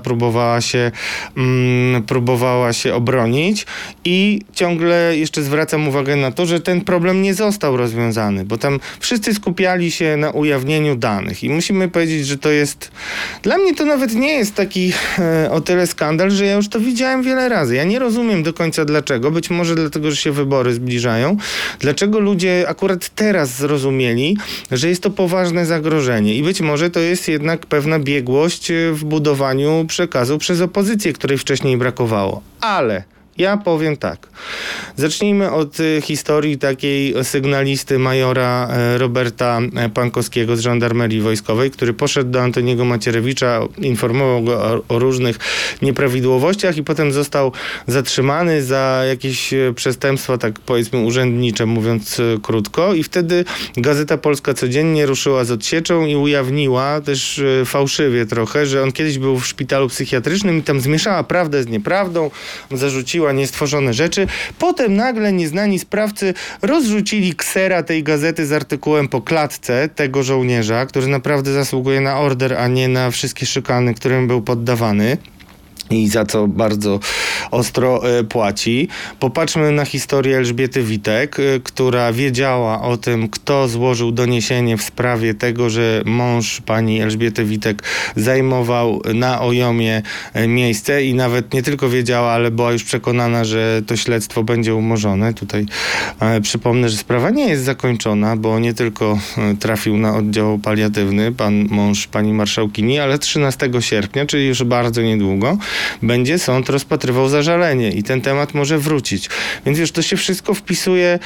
próbowała się obronić i ciągle jeszcze zwracam uwagę na to, że ten problem nie został rozwiązany, bo tam wszyscy skupiali się na ujawnieniu danych i musimy powiedzieć, że to jest dla Dla mnie to nawet nie jest taki o tyle skandal, że ja już to widziałem wiele razy. Ja nie rozumiem do końca dlaczego. Być może dlatego, że się wybory zbliżają. Dlaczego ludzie akurat teraz zrozumieli, że jest to poważne zagrożenie. I być może to jest jednak pewna biegłość w budowaniu przekazu przez opozycję, której wcześniej brakowało. Ale ja powiem tak. Zacznijmy od historii takiej sygnalisty majora Roberta Pankowskiego z Żandarmerii Wojskowej, który poszedł do Antoniego Macierewicza, informował go o różnych nieprawidłowościach i potem został zatrzymany za jakieś przestępstwa, tak powiedzmy urzędnicze, mówiąc krótko. I wtedy Gazeta Polska codziennie ruszyła z odsieczą i ujawniła też fałszywie trochę, że on kiedyś był w szpitalu psychiatrycznym i tam zmieszała prawdę z nieprawdą, zarzuciła niestworzone rzeczy. Potem nagle nieznani sprawcy rozrzucili ksera tej gazety z artykułem po klatce tego żołnierza, który naprawdę zasługuje na order, a nie na wszystkie szykany, którym był poddawany. I za co bardzo ostro płaci. Popatrzmy na historię Elżbiety Witek, która wiedziała o tym, kto złożył doniesienie w sprawie tego, że mąż pani Elżbiety Witek zajmował na Ojomie miejsce i nawet nie tylko wiedziała, ale była już przekonana, że to śledztwo będzie umorzone. Tutaj przypomnę, że sprawa nie jest zakończona, bo nie tylko trafił na oddział paliatywny mąż pani marszałkini, ale 13 sierpnia, czyli już bardzo niedługo, będzie sąd rozpatrywał zażalenie i ten temat może wrócić. Więc wiesz, to się wszystko wpisuje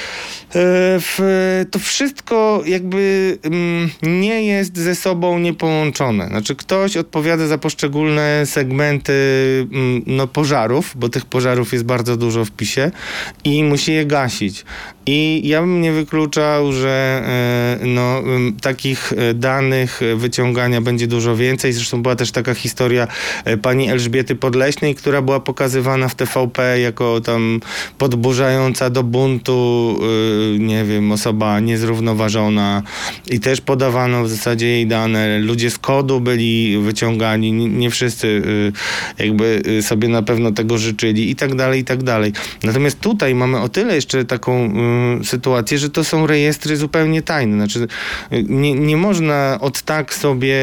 to wszystko jakby nie jest ze sobą niepołączone. Znaczy ktoś odpowiada za poszczególne segmenty pożarów, bo tych pożarów jest bardzo dużo w PiS-ie i musi je gasić. I ja bym nie wykluczał, że takich danych wyciągania będzie dużo więcej. Zresztą była też taka historia pani Elżbiety Podleśnej, która była pokazywana w TVP jako tam podburzająca do buntu, nie wiem, osoba niezrównoważona i też podawano w zasadzie jej dane. Ludzie z kodu byli wyciągani, nie wszyscy jakby sobie na pewno tego życzyli i tak dalej, i tak dalej. Natomiast tutaj mamy o tyle jeszcze taką sytuację, że to są rejestry zupełnie tajne. Znaczy nie można od tak sobie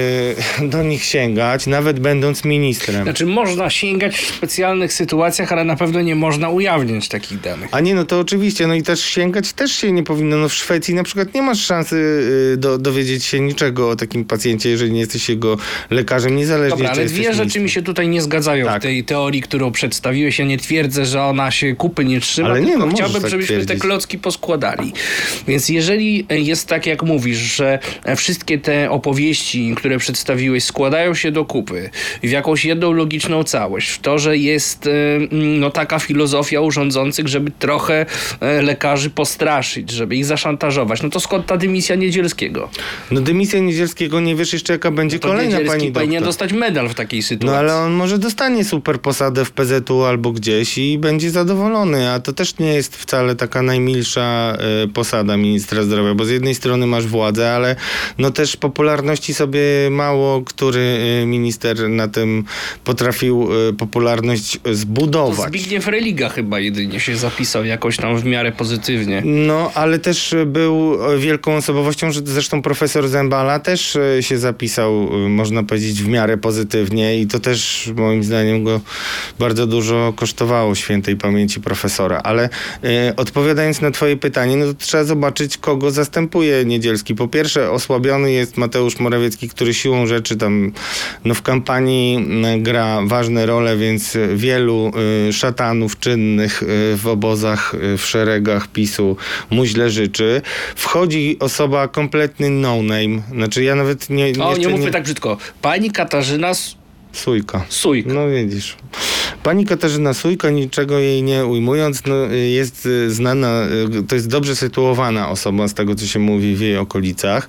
do nich sięgać, nawet będąc ministrem. Znaczy można sięgać w specjalnych sytuacjach, ale na pewno nie można ujawniać takich danych. A nie, no to oczywiście. No i też sięgać też się nie powinno. No w Szwecji na przykład nie masz szansy dowiedzieć się niczego o takim pacjencie, jeżeli nie jesteś jego lekarzem, niezależnie Dobra, ale dwie rzeczy ministrem. mi się tutaj nie zgadzają tak. w tej teorii, którą przedstawiłeś. Ja nie twierdzę, że ona się kupy nie trzyma, ale tylko nie, chciałbym, tak żebyśmy twierdzić. te klocki poskładali. Więc jeżeli jest tak, jak mówisz, że wszystkie te opowieści, które przedstawiłeś, składają się do kupy w jakąś jedną logiczną całość, w to, że jest taka filozofia u rządzących, żeby trochę lekarzy postraszyć, żeby ich zaszantażować, no to skąd ta dymisja Niedzielskiego? No dymisja Niedzielskiego, nie wiesz jeszcze jaka będzie kolejna, Niedzielski pani doktor. powinien dostać medal w takiej sytuacji. No ale on może dostanie super posadę w PZU albo gdzieś i będzie zadowolony, a to też nie jest wcale taka najmilsza posada ministra zdrowia, bo z jednej strony masz władzę, ale no też popularności sobie mało który minister na tym potrafił popularność zbudować. To Zbigniew Religa chyba jedynie się zapisał jakoś tam w miarę pozytywnie. No, ale też był wielką osobowością, że zresztą profesor Zembala też się zapisał, można powiedzieć, w miarę pozytywnie i to też moim zdaniem go bardzo dużo kosztowało, świętej pamięci profesora. Ale odpowiadając na twoje pytanie, no to trzeba zobaczyć, kogo zastępuje Niedzielski. Po pierwsze, osłabiony jest Mateusz Morawiecki, który siłą rzeczy tam w kampanii gra ważne role, więc wielu szatanów czynnych w obozach, w szeregach PiS-u mu źle życzy. Wchodzi osoba kompletny no-name. Znaczy ja nawet nie mówmy tak brzydko. Pani Katarzyna Sójka. Sójka. No widzisz. Pani Katarzyna Sójka, niczego jej nie ujmując, jest znana, to jest dobrze sytuowana osoba z tego, co się mówi w jej okolicach,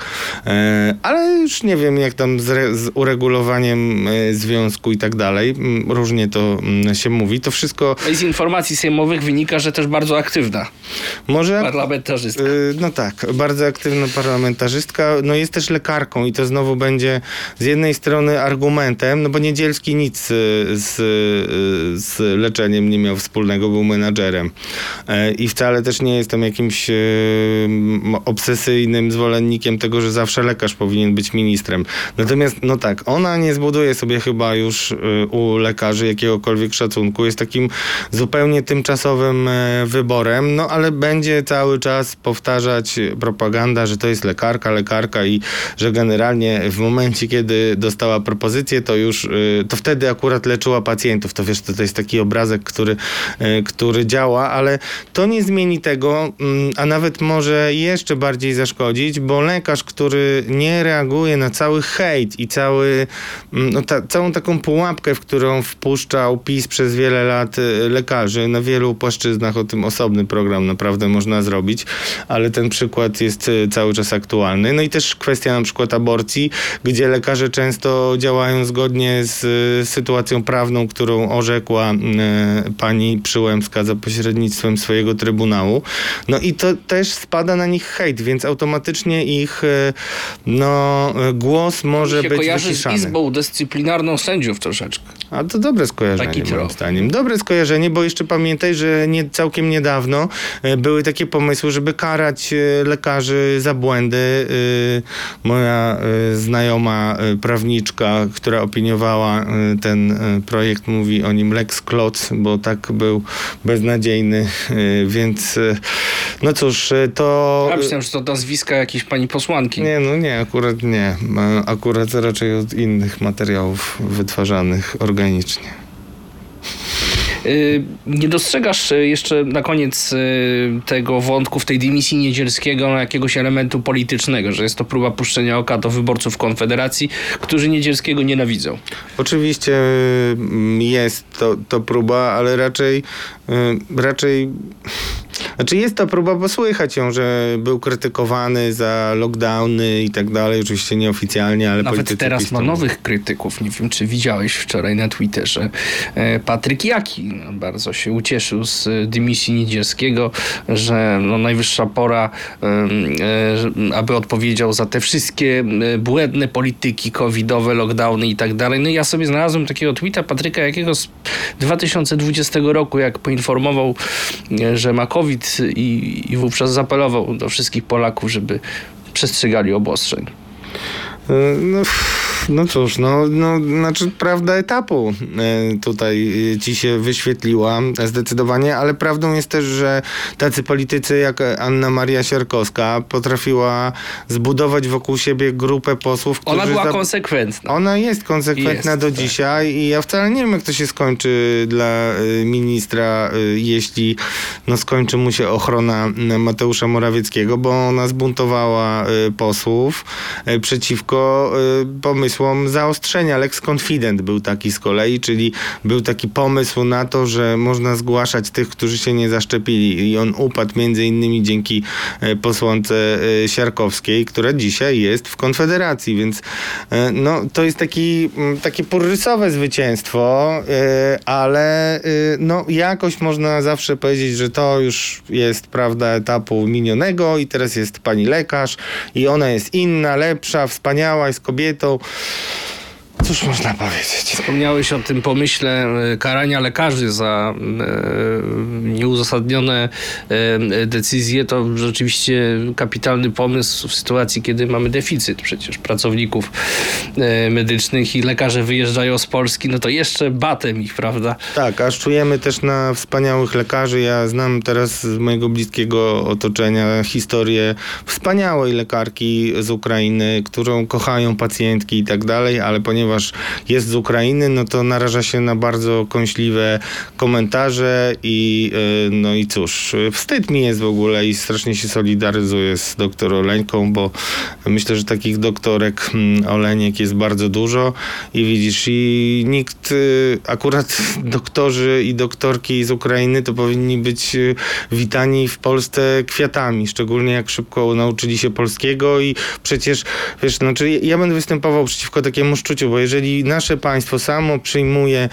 ale już nie wiem, jak tam z uregulowaniem związku i tak dalej. Różnie to się mówi. To wszystko... I z informacji sejmowych wynika, że też bardzo aktywna. Może... Parlamentarzystka. No tak, bardzo aktywna parlamentarzystka. No jest też lekarką i to znowu będzie z jednej strony argumentem, no bo Niedzielski nic z leczeniem nie miał wspólnego, był menadżerem. I wcale też nie jestem jakimś obsesyjnym zwolennikiem tego, że zawsze lekarz powinien być ministrem. Natomiast, no tak, ona nie zbuduje sobie chyba już u lekarzy jakiegokolwiek szacunku. Jest takim zupełnie tymczasowym wyborem, no ale będzie cały czas powtarzać propaganda, że to jest lekarka i że generalnie w momencie, kiedy dostała propozycję, to wtedy akurat leczyła pacjentów. To wiesz, to jest taki obrazek, który działa, ale to nie zmieni tego, a nawet może jeszcze bardziej zaszkodzić, bo lekarz, który nie reaguje na cały hejt i całą taką pułapkę, w którą wpuszczał PiS przez wiele lat lekarzy, na wielu płaszczyznach, o tym osobny program naprawdę można zrobić, ale ten przykład jest cały czas aktualny. No i też kwestia na przykład aborcji, gdzie lekarze często działają zgodnie z sytuacją prawną, którą orzekła pani Przyłębska za pośrednictwem swojego trybunału. No i to też spada na nich hejt, więc automatycznie ich głos może być wyciszany. Z Izbą Dyscyplinarną sędziów troszeczkę. A to dobre skojarzenie, moim zdaniem. Dobre skojarzenie, bo jeszcze pamiętaj, że całkiem niedawno były takie pomysły, żeby karać lekarzy za błędy. Moja znajoma prawniczka, która opiniowała ten projekt, mówi o nim Lex Klotz, bo tak był beznadziejny, więc no cóż, to... Ja myślałem, że to nazwiska jakiejś pani posłanki. Nie, akurat nie. Akurat raczej od innych materiałów wytwarzanych organicznie. Nie dostrzegasz jeszcze na koniec tego wątku w tej dymisji Niedzielskiego jakiegoś elementu politycznego, że jest to próba puszczenia oka do wyborców Konfederacji, którzy Niedzielskiego nienawidzą? Oczywiście jest to próba, ale raczej znaczy jest to próba, bo słychać ją, że był krytykowany za lockdowny i tak dalej, oczywiście nieoficjalnie, ale nawet teraz ma nowych krytyków. Nie wiem, czy widziałeś wczoraj na Twitterze. Patryk Jaki bardzo się ucieszył z dymisji Niedzielskiego, że najwyższa pora, aby odpowiedział za te wszystkie błędne polityki covidowe, lockdowny i tak dalej. No i ja sobie znalazłem takiego tweeta Patryka Jakiego z 2020 roku, jak poinformował, że ma COVID i wówczas zaapelował do wszystkich Polaków, żeby przestrzegali obostrzeń. No cóż, znaczy prawda etapu tutaj ci się wyświetliła zdecydowanie, ale prawdą jest też, że tacy politycy jak Anna Maria Siarkowska potrafiła zbudować wokół siebie grupę posłów, którzy... Ona była konsekwentna. Ona jest konsekwentna do dzisiaj i ja wcale nie wiem, jak to się skończy dla ministra, jeśli skończy mu się ochrona Mateusza Morawieckiego, bo ona zbuntowała posłów przeciwko pomysłom zaostrzenia. Lex Confident był taki z kolei, czyli był taki pomysł na to, że można zgłaszać tych, którzy się nie zaszczepili i on upadł między innymi dzięki posłance Siarkowskiej, która dzisiaj jest w Konfederacji, więc to jest takie purrysowe zwycięstwo, ale jakoś można zawsze powiedzieć, że to już jest prawda etapu minionego i teraz jest pani lekarz i ona jest inna, lepsza, wspaniała, jest kobietą. Cóż można powiedzieć? Wspomniałeś o tym pomyśle karania lekarzy za nieuzasadnione decyzje. To rzeczywiście kapitalny pomysł w sytuacji, kiedy mamy deficyt przecież pracowników medycznych i lekarze wyjeżdżają z Polski, to jeszcze batem ich, prawda? Tak, aż czujemy też na wspaniałych lekarzy. Ja znam teraz z mojego bliskiego otoczenia historię wspaniałej lekarki z Ukrainy, którą kochają pacjentki i tak dalej, ale ponieważ jest z Ukrainy, to naraża się na bardzo kąśliwe komentarze i cóż, wstyd mi jest w ogóle i strasznie się solidaryzuję z doktor Oleńką, bo myślę, że takich doktorek Oleniek jest bardzo dużo i widzisz, i nikt, akurat doktorzy i doktorki z Ukrainy to powinni być witani w Polsce kwiatami, szczególnie jak szybko nauczyli się polskiego i przecież, wiesz, ja będę występował przeciwko takiemu szczuciu, bo jeżeli nasze państwo samo przyjmuje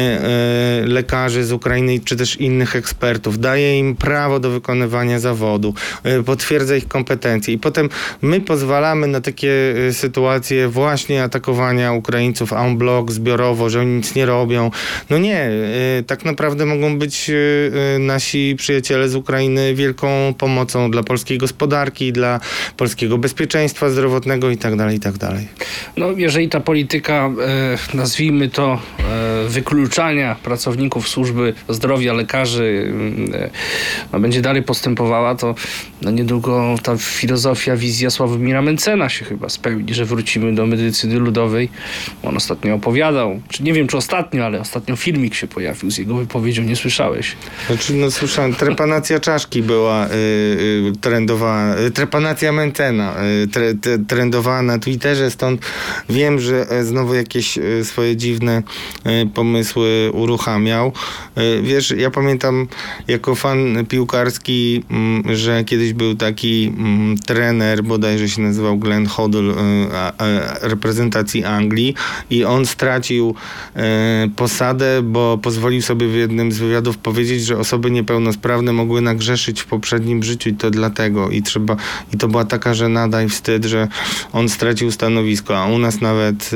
lekarzy z Ukrainy, czy też innych ekspertów, daje im prawo do wykonywania zawodu, potwierdza ich kompetencje i potem my pozwalamy na takie sytuacje właśnie atakowania Ukraińców en bloc, zbiorowo, że oni nic nie robią. No nie, tak naprawdę mogą być nasi przyjaciele z Ukrainy wielką pomocą dla polskiej gospodarki, dla polskiego bezpieczeństwa zdrowotnego i tak dalej. No, jeżeli ta polityka, nazwijmy to, wykluczania pracowników służby zdrowia, lekarzy, będzie dalej postępowała, to niedługo ta filozofia, wizja Sławomira Mentzena się chyba spełni, że wrócimy do medycyny ludowej. On ostatnio opowiadał, nie wiem czy ostatnio, ale ostatnio filmik się pojawił z jego wypowiedzią, nie słyszałeś? Znaczy, słyszałem, trepanacja czaszki była trendowa, trepanacja Mentzena trendowała na Twitterze, stąd wiem, że znowu jakieś swoje dziwne pomysły uruchamiał. Wiesz, ja pamiętam jako fan piłkarski, że kiedyś był taki trener, bodajże się nazywał Glenn Hoddle, reprezentacji Anglii i on stracił posadę, bo pozwolił sobie w jednym z wywiadów powiedzieć, że osoby niepełnosprawne mogły nagrzeszyć w poprzednim życiu i to dlatego. I to była taka żenada i wstyd, że on stracił stanowisko, a u nas nawet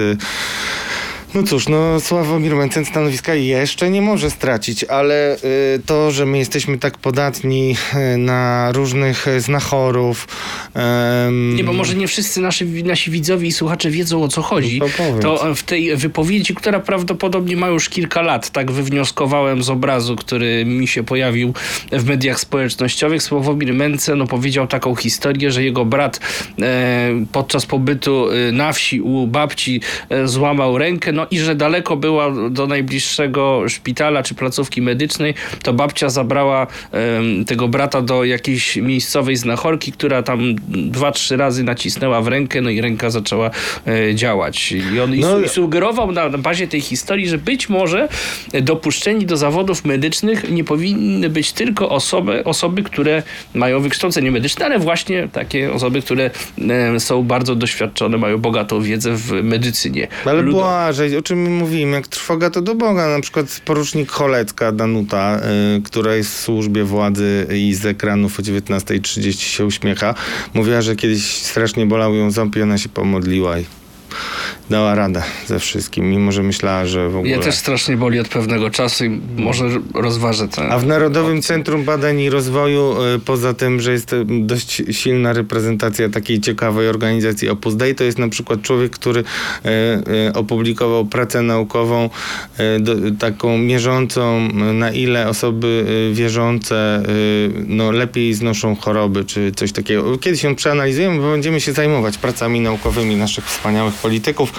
no cóż, Sławomir Mentzen stanowiska jeszcze nie może stracić, ale to, że my jesteśmy tak podatni na różnych znachorów... Nie, bo może nie wszyscy nasi widzowie i słuchacze wiedzą, o co chodzi. To w tej wypowiedzi, która prawdopodobnie ma już kilka lat, tak wywnioskowałem z obrazu, który mi się pojawił w mediach społecznościowych, Sławomir Mentzen opowiedział taką historię, że jego brat podczas pobytu na wsi u babci złamał rękę, i że daleko była do najbliższego szpitala czy placówki medycznej, to babcia zabrała tego brata do jakiejś miejscowej znachorki, która tam 2-3 razy nacisnęła w rękę, i ręka zaczęła działać. I on sugerował na bazie tej historii, że być może dopuszczeni do zawodów medycznych nie powinny być tylko osoby, które mają wykształcenie medyczne, ale właśnie takie osoby, które są bardzo doświadczone, mają bogatą wiedzę w medycynie. Ale błażej, o czym my mówimy, jak trwoga to do Boga. Na przykład porucznik Cholecka Danuta, która jest w służbie władzy i z ekranów o 19:30 się uśmiecha, mówiła, że kiedyś strasznie bolał ją ząb i ona się pomodliła i dała radę ze wszystkim, mimo że myślała, że w ogóle... Ja też strasznie boli od pewnego czasu i może rozważę to. A w Narodowym Centrum Badań i Rozwoju, poza tym, że jest dość silna reprezentacja takiej ciekawej organizacji Opus Dei, to jest na przykład człowiek, który opublikował pracę naukową taką mierzącą, na ile osoby wierzące lepiej znoszą choroby, czy coś takiego. Kiedyś ją przeanalizujemy, bo będziemy się zajmować pracami naukowymi naszych wspaniałych polityków.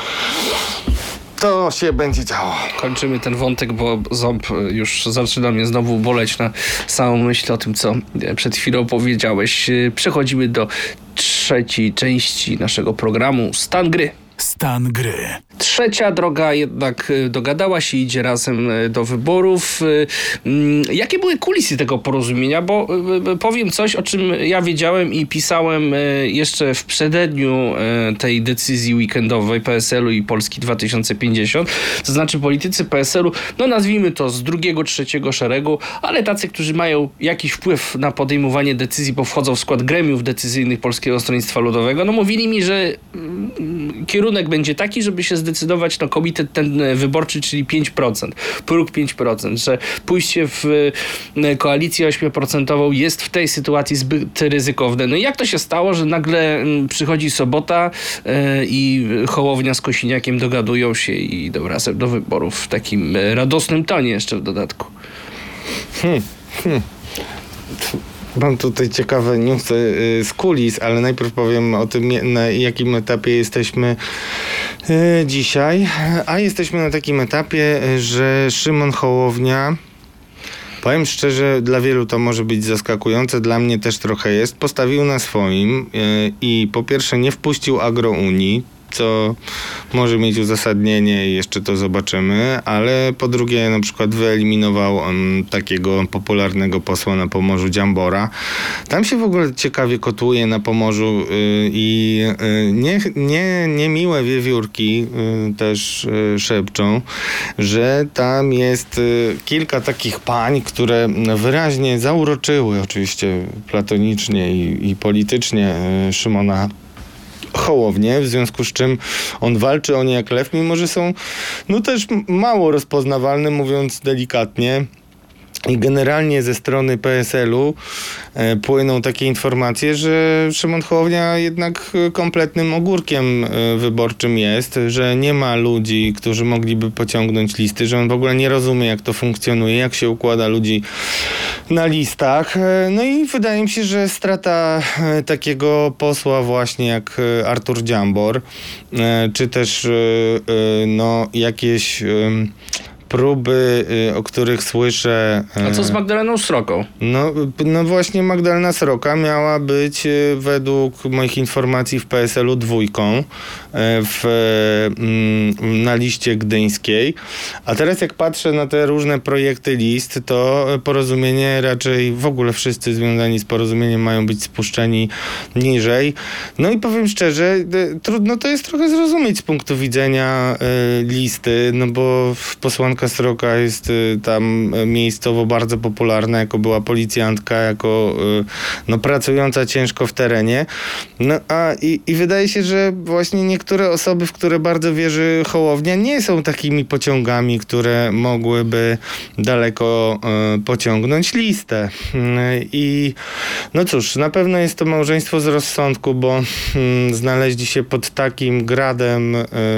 To się będzie działo. Kończymy ten wątek, bo ząb już zaczyna mnie znowu boleć na samą myśl o tym, co przed chwilą powiedziałeś. Przechodzimy do trzeciej części naszego programu Stan Gry. Stan gry. Trzecia droga jednak dogadała się, idzie razem do wyborów. Jakie były kulisy tego porozumienia? Bo powiem coś, o czym ja wiedziałem i pisałem jeszcze w przededniu tej decyzji weekendowej PSL-u i Polski 2050. To znaczy politycy PSL-u, nazwijmy to z drugiego, trzeciego szeregu, ale tacy, którzy mają jakiś wpływ na podejmowanie decyzji, bo wchodzą w skład gremiów decyzyjnych Polskiego Stronnictwa Ludowego, mówili mi, że kierunek będzie taki, żeby się zdecydować na komitet ten wyborczy, czyli 5%, próg 5%, że pójście w koalicję 8% jest w tej sytuacji zbyt ryzykowne. Jak to się stało, że nagle przychodzi sobota i Hołownia z Kosiniakiem dogadują się i idą razem do wyborów w takim radosnym tonie jeszcze w dodatku? Mam tutaj ciekawe newsy z kulis, ale najpierw powiem o tym, na jakim etapie jesteśmy dzisiaj. A jesteśmy na takim etapie, że Szymon Hołownia, powiem szczerze, dla wielu to może być zaskakujące, dla mnie też trochę jest, postawił na swoim i po pierwsze nie wpuścił Agrounii, co może mieć uzasadnienie i jeszcze to zobaczymy, ale po drugie na przykład wyeliminował takiego popularnego posła na Pomorzu Dziambora. Tam się w ogóle ciekawie kotłuje na Pomorzu i niemiłe wiewiórki też szepczą, że tam jest kilka takich pań, które wyraźnie zauroczyły oczywiście platonicznie i politycznie Szymona Hołownię, w związku z czym on walczy o nie jak lew, mimo że są też mało rozpoznawalne, mówiąc delikatnie. I generalnie ze strony PSL-u płyną takie informacje, że Szymon Hołownia jednak kompletnym ogórkiem wyborczym jest, że nie ma ludzi, którzy mogliby pociągnąć listy, że on w ogóle nie rozumie, jak to funkcjonuje, jak się układa ludzi na listach. No i wydaje mi się, że strata takiego posła właśnie jak Artur Dziambor, czy też jakieś próby, o których słyszę. A co z Magdaleną Sroką? No właśnie Magdalena Sroka miała być według moich informacji w PSL-u dwójką na liście gdyńskiej. A teraz jak patrzę na te różne projekty list, to Porozumienie raczej w ogóle wszyscy związani z Porozumieniem mają być spuszczeni niżej. No i powiem szczerze, trudno to jest trochę zrozumieć z punktu widzenia listy, no bo posłanka Sroka jest tam miejscowo bardzo popularna, jako była policjantka, jako pracująca ciężko w terenie. I wydaje się, że właśnie niektóre osoby, w które bardzo wierzy Hołownia, nie są takimi pociągami, które mogłyby daleko pociągnąć listę. I no cóż, na pewno jest to małżeństwo z rozsądku, bo znaleźli się pod takim gradem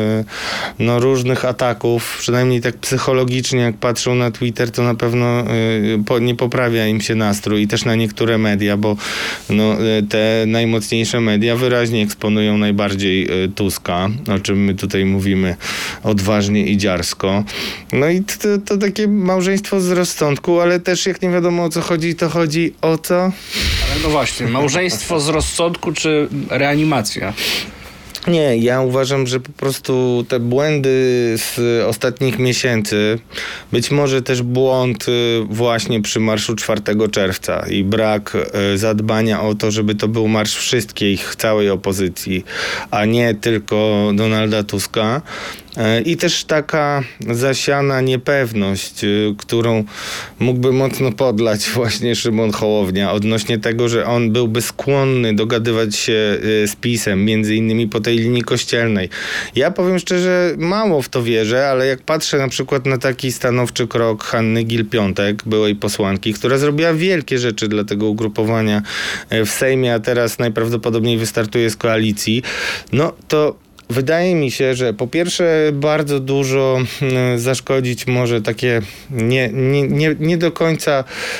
różnych ataków, przynajmniej tak psychologicznie, jak patrzą na Twitter, to na pewno nie poprawia im się nastrój i też na niektóre media, bo te najmocniejsze media wyraźnie eksponują najbardziej Tuska, o czym my tutaj mówimy odważnie i dziarsko. No i to takie małżeństwo z rozsądku, ale też jak nie wiadomo o co chodzi, to chodzi o co? Ale no właśnie, małżeństwo z rozsądku czy reanimacja? Nie, ja uważam, że po prostu te błędy z ostatnich miesięcy, być może też błąd właśnie przy marszu 4 czerwca i brak zadbania o to, żeby to był marsz wszystkich, całej opozycji, a nie tylko Donalda Tuska. I też taka zasiana niepewność, którą mógłby mocno podlać właśnie Szymon Hołownia odnośnie tego, że on byłby skłonny dogadywać się z PiS-em, między innymi po tej linii kościelnej. Ja powiem szczerze, mało w to wierzę, ale jak patrzę na przykład na taki stanowczy krok Hanny Gill-Piątek, byłej posłanki, która zrobiła wielkie rzeczy dla tego ugrupowania w Sejmie, a teraz najprawdopodobniej wystartuje z koalicji, no to wydaje mi się, że po pierwsze bardzo dużo zaszkodzić może takie nie do końca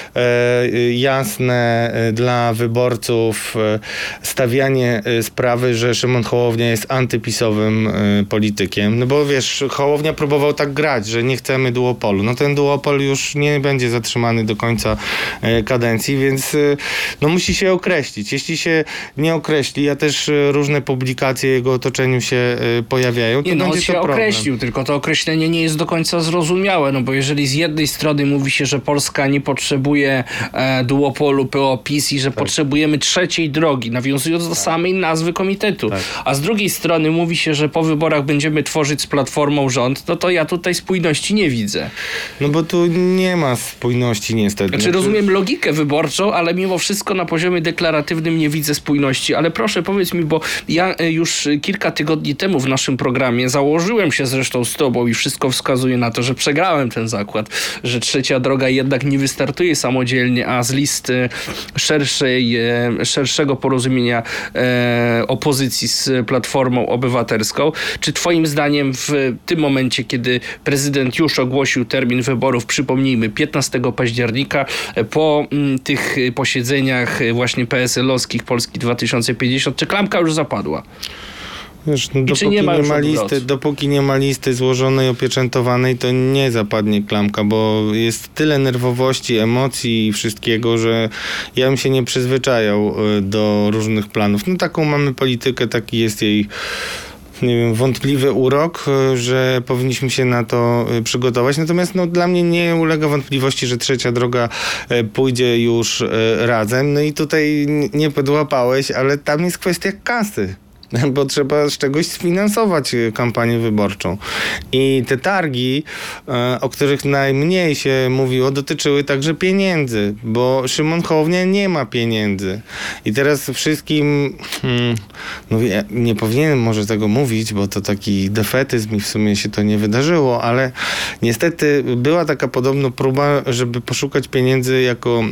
jasne dla wyborców stawianie sprawy, że Szymon Hołownia jest antypisowym politykiem. No bo wiesz, Hołownia próbował tak grać, że nie chcemy duopolu. No ten duopol już nie będzie zatrzymany do końca kadencji, więc musi się określić. Jeśli się nie określi, a też różne publikacje jego otoczeniu się pojawiają, to będzie on to się problem. określił, tylko to określenie nie jest do końca zrozumiałe, no bo jeżeli z jednej strony mówi się, że Polska nie potrzebuje duopolu PO-PiS i że potrzebujemy trzeciej drogi, nawiązując do samej nazwy komitetu, a z drugiej strony mówi się, że po wyborach będziemy tworzyć z Platformą rząd, no to ja tutaj spójności nie widzę. No bo tu nie ma spójności niestety. Znaczy rozumiem logikę wyborczą, ale mimo wszystko na poziomie deklaratywnym nie widzę spójności, ale proszę powiedz mi, bo ja już kilka tygodni temu w naszym programie założyłem się zresztą z tobą i wszystko wskazuje na to, że przegrałem ten zakład, że trzecia droga jednak nie wystartuje samodzielnie, a z listy szerszego porozumienia opozycji z Platformą Obywatelską. Czy twoim zdaniem w tym momencie, kiedy prezydent już ogłosił termin wyborów, przypomnijmy 15 października, po tych posiedzeniach właśnie PSL-owskich Polski 2050, czy klamka już zapadła? Wiesz, dopóki nie ma listy złożonej, opieczętowanej, to nie zapadnie klamka, bo jest tyle nerwowości, emocji i wszystkiego, że ja bym się nie przyzwyczajał do różnych planów. No taką mamy politykę, taki jest jej nie wiem, wątpliwy urok, że powinniśmy się na to przygotować. Natomiast dla mnie nie ulega wątpliwości, że trzecia droga pójdzie już razem. No i tutaj nie podłapałeś, ale tam jest kwestia kasy. Bo trzeba z czegoś sfinansować kampanię wyborczą. I te targi, o których najmniej się mówiło, dotyczyły także pieniędzy, bo Szymon Hołownia nie ma pieniędzy. I teraz wszystkim, ja nie powinienem może tego mówić, bo to taki defetyzm i w sumie się to nie wydarzyło, ale niestety była taka podobno próba, żeby poszukać pieniędzy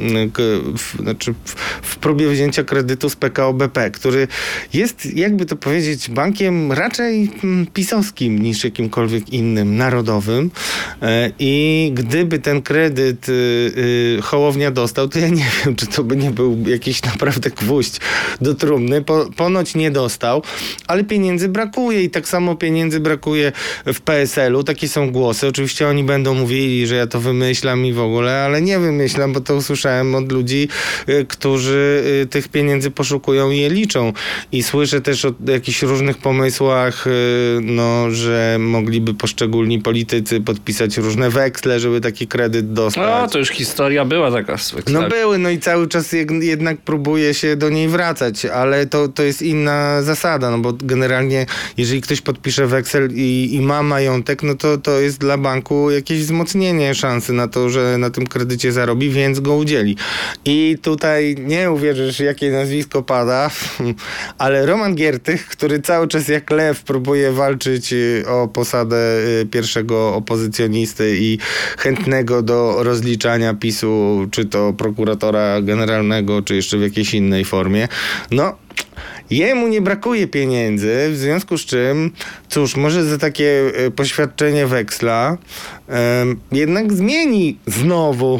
w próbie wzięcia kredytu z PKO BP, który jest, jakby to powiedzieć, bankiem raczej pisowskim niż jakimkolwiek innym, narodowym. I gdyby ten kredyt Hołownia dostał, to ja nie wiem, czy to by nie był jakiś naprawdę gwóźdź do trumny. Ponoć nie dostał, ale pieniędzy brakuje i tak samo pieniędzy brakuje w PSL-u. Takie są głosy. Oczywiście oni będą mówili, że ja to wymyślam i w ogóle, ale nie wymyślam, bo to usłyszałem od ludzi, którzy tych pieniędzy poszukują i je liczą. I słyszę też o jakichś różnych pomysłach, że mogliby poszczególni politycy podpisać różne weksle, żeby taki kredyt dostać. No, to już historia była taka z wekslami. Były, i cały czas jednak próbuje się do niej wracać, ale to jest inna zasada, bo generalnie jeżeli ktoś podpisze weksel i ma majątek, to jest dla banku jakieś wzmocnienie szansy na to, że na tym kredycie zarobi, więc go udzieli. I tutaj nie uwierzysz, jakie nazwisko pada, ale Roman Giertych, który cały czas jak lew próbuje walczyć o posadę pierwszego opozycjonisty i chętnego do rozliczania PiS-u, czy to prokuratora generalnego, czy jeszcze w jakiejś innej formie. Jemu nie brakuje pieniędzy, w związku z czym, cóż, może za takie poświadczenie weksla jednak zmieni znowu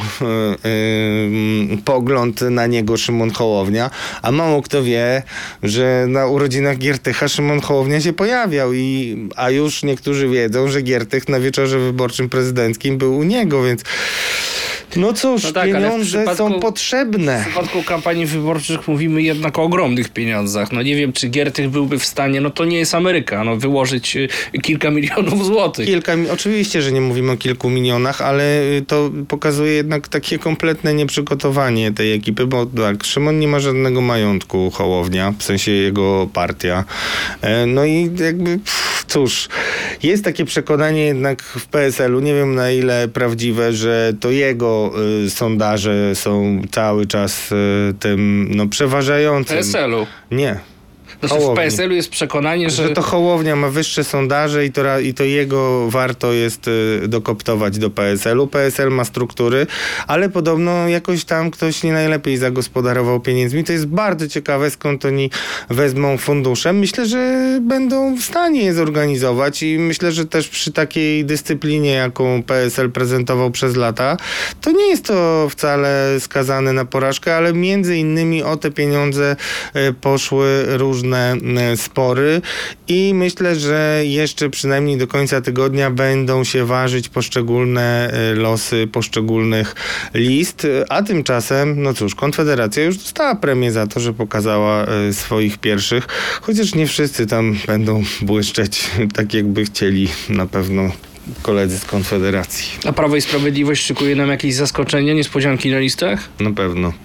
pogląd na niego Szymon Hołownia, a mało kto wie, że na urodzinach Giertycha Szymon Hołownia się pojawiał, a już niektórzy wiedzą, że Giertych na wieczorze wyborczym prezydenckim był u niego, więc pieniądze są potrzebne. W przypadku kampanii wyborczych mówimy jednak o ogromnych pieniądzach. Nie wiem, czy Giertych byłby w stanie, to nie jest Ameryka, wyłożyć kilka milionów złotych. Oczywiście, że nie mówimy o kilku milionach, ale to pokazuje jednak takie kompletne nieprzygotowanie tej ekipy, bo tak, Szymon nie ma żadnego majątku, Hołownia, w sensie jego partia. I jakby, cóż, jest takie przekonanie jednak w PSL-u, nie wiem na ile prawdziwe, że to jego sondaże są cały czas tym przeważającym. PSL-u? Nie. W PSL-u jest przekonanie, że to Hołownia ma wyższe sondaże i to jego warto jest dokoptować do PSL-u. PSL ma struktury, ale podobno jakoś tam ktoś nie najlepiej zagospodarował pieniędzmi. To jest bardzo ciekawe, skąd oni wezmą fundusze. Myślę, że będą w stanie je zorganizować i myślę, że też przy takiej dyscyplinie, jaką PSL prezentował przez lata, to nie jest to wcale skazane na porażkę, ale między innymi o te pieniądze poszły różne spory i myślę, że jeszcze przynajmniej do końca tygodnia będą się ważyć poszczególne losy poszczególnych list, a tymczasem, Konfederacja już dostała premię za to, że pokazała swoich pierwszych, chociaż nie wszyscy tam będą błyszczeć tak, jakby chcieli na pewno koledzy z Konfederacji. A Prawo i Sprawiedliwość szykuje nam jakieś zaskoczenia, niespodzianki na listach? Na pewno.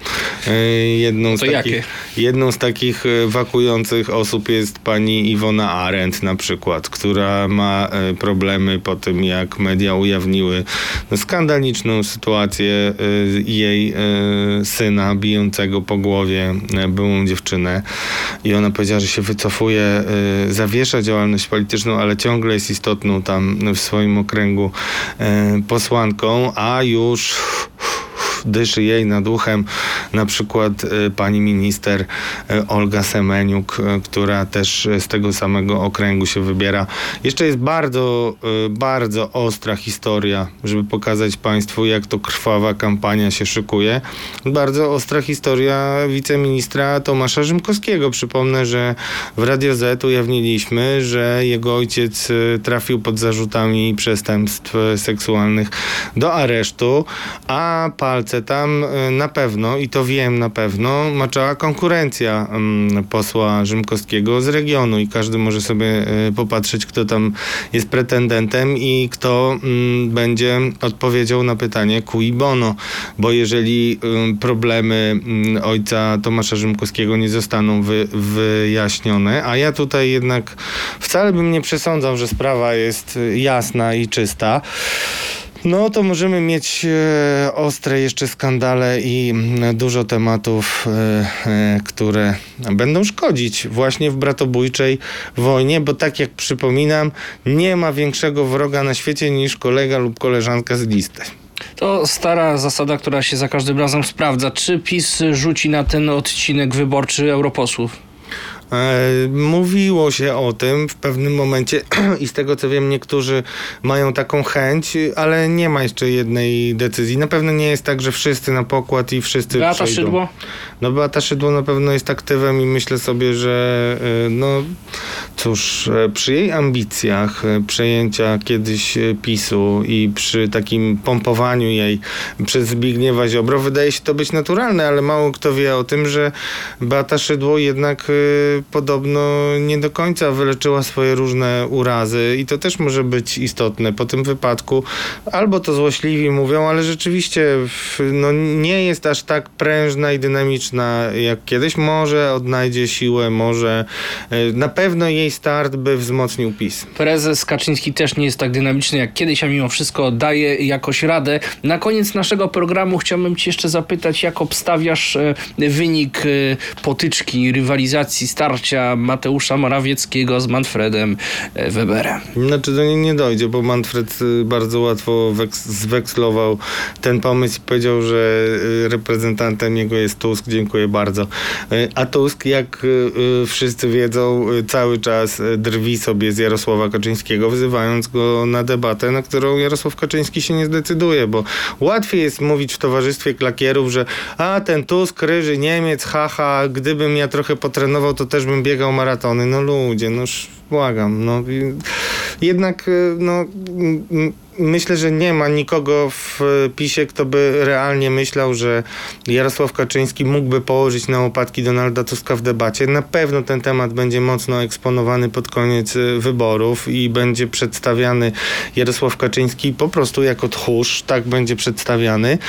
Jedną z takich wakujących osób jest pani Iwona Arendt na przykład, która ma problemy po tym, jak media ujawniły skandaliczną sytuację jej syna bijącego po głowie byłą dziewczynę i ona powiedziała, że się wycofuje, zawiesza działalność polityczną, ale ciągle jest istotną tam w swoim okręgu posłanką, a już dyszy jej nad uchem na przykład pani minister Olga Semeniuk, która też z tego samego okręgu się wybiera. Jeszcze jest bardzo, bardzo ostra historia, żeby pokazać państwu, jak to krwawa kampania się szykuje. Bardzo ostra historia wiceministra Tomasza Rzymkowskiego. Przypomnę, że w Radio Z ujawniliśmy, że jego ojciec trafił pod zarzutami przestępstw seksualnych do aresztu, a palce tam na pewno, i to wiem na pewno, maczała konkurencja posła Rzymkowskiego z regionu i każdy może sobie popatrzeć, kto tam jest pretendentem i kto będzie odpowiedział na pytanie cui bono, bo jeżeli problemy ojca Tomasza Rzymkowskiego nie zostaną wyjaśnione, a ja tutaj jednak wcale bym nie przesądzał, że sprawa jest jasna i czysta, no to możemy mieć ostre jeszcze skandale i dużo tematów, które będą szkodzić właśnie w bratobójczej wojnie, bo tak jak przypominam, nie ma większego wroga na świecie niż kolega lub koleżanka z listy. To stara zasada, która się za każdym razem sprawdza. Czy PiS rzuci na ten odcinek wyborczy europosłów? Mówiło się o tym w pewnym momencie i z tego co wiem niektórzy mają taką chęć, ale nie ma jeszcze jednej decyzji. Na pewno nie jest tak, że wszyscy na pokład i wszyscy Beata przejdą. Szydło? No Beata Szydło na pewno jest aktywem i myślę sobie, że no cóż, przy jej ambicjach przejęcia kiedyś PiS-u i przy takim pompowaniu jej przez Zbigniewa Ziobro wydaje się to być naturalne, ale mało kto wie o tym, że Beata Szydło jednak podobno nie do końca wyleczyła swoje różne urazy i to też może być istotne. Po tym wypadku albo to złośliwi mówią, ale rzeczywiście no, nie jest aż tak prężna i dynamiczna jak kiedyś. Może odnajdzie siłę, może na pewno jej start by wzmocnił PiS. Prezes Kaczyński też nie jest tak dynamiczny jak kiedyś, a mimo wszystko daje jakoś radę. Na koniec naszego programu chciałbym cię jeszcze zapytać, jak obstawiasz wynik potyczki, rywalizacji, starcia Mateusza Morawieckiego z Manfredem Weberem? Znaczy do niej nie dojdzie, bo Manfred bardzo łatwo zwekslował ten pomysł i powiedział, że reprezentantem jego jest Tusk. Dziękuję bardzo. A Tusk, jak wszyscy wiedzą, cały czas drwi sobie z Jarosława Kaczyńskiego, wzywając go na debatę, na którą Jarosław Kaczyński się nie zdecyduje, bo łatwiej jest mówić w towarzystwie klakierów, że ten Tusk, ryży Niemiec, haha, gdybym ja trochę potrenował, to też bym biegał maratony. No ludzie, no błagam. No. Jednak no, myślę, że nie ma nikogo w PiS-ie, kto by realnie myślał, że Jarosław Kaczyński mógłby położyć na łopatki Donalda Tuska w debacie. Na pewno ten temat będzie mocno eksponowany pod koniec wyborów i będzie przedstawiany Jarosław Kaczyński po prostu jako tchórz, tak będzie przedstawiany.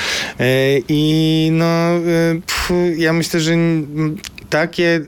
I no, ja myślę, że takie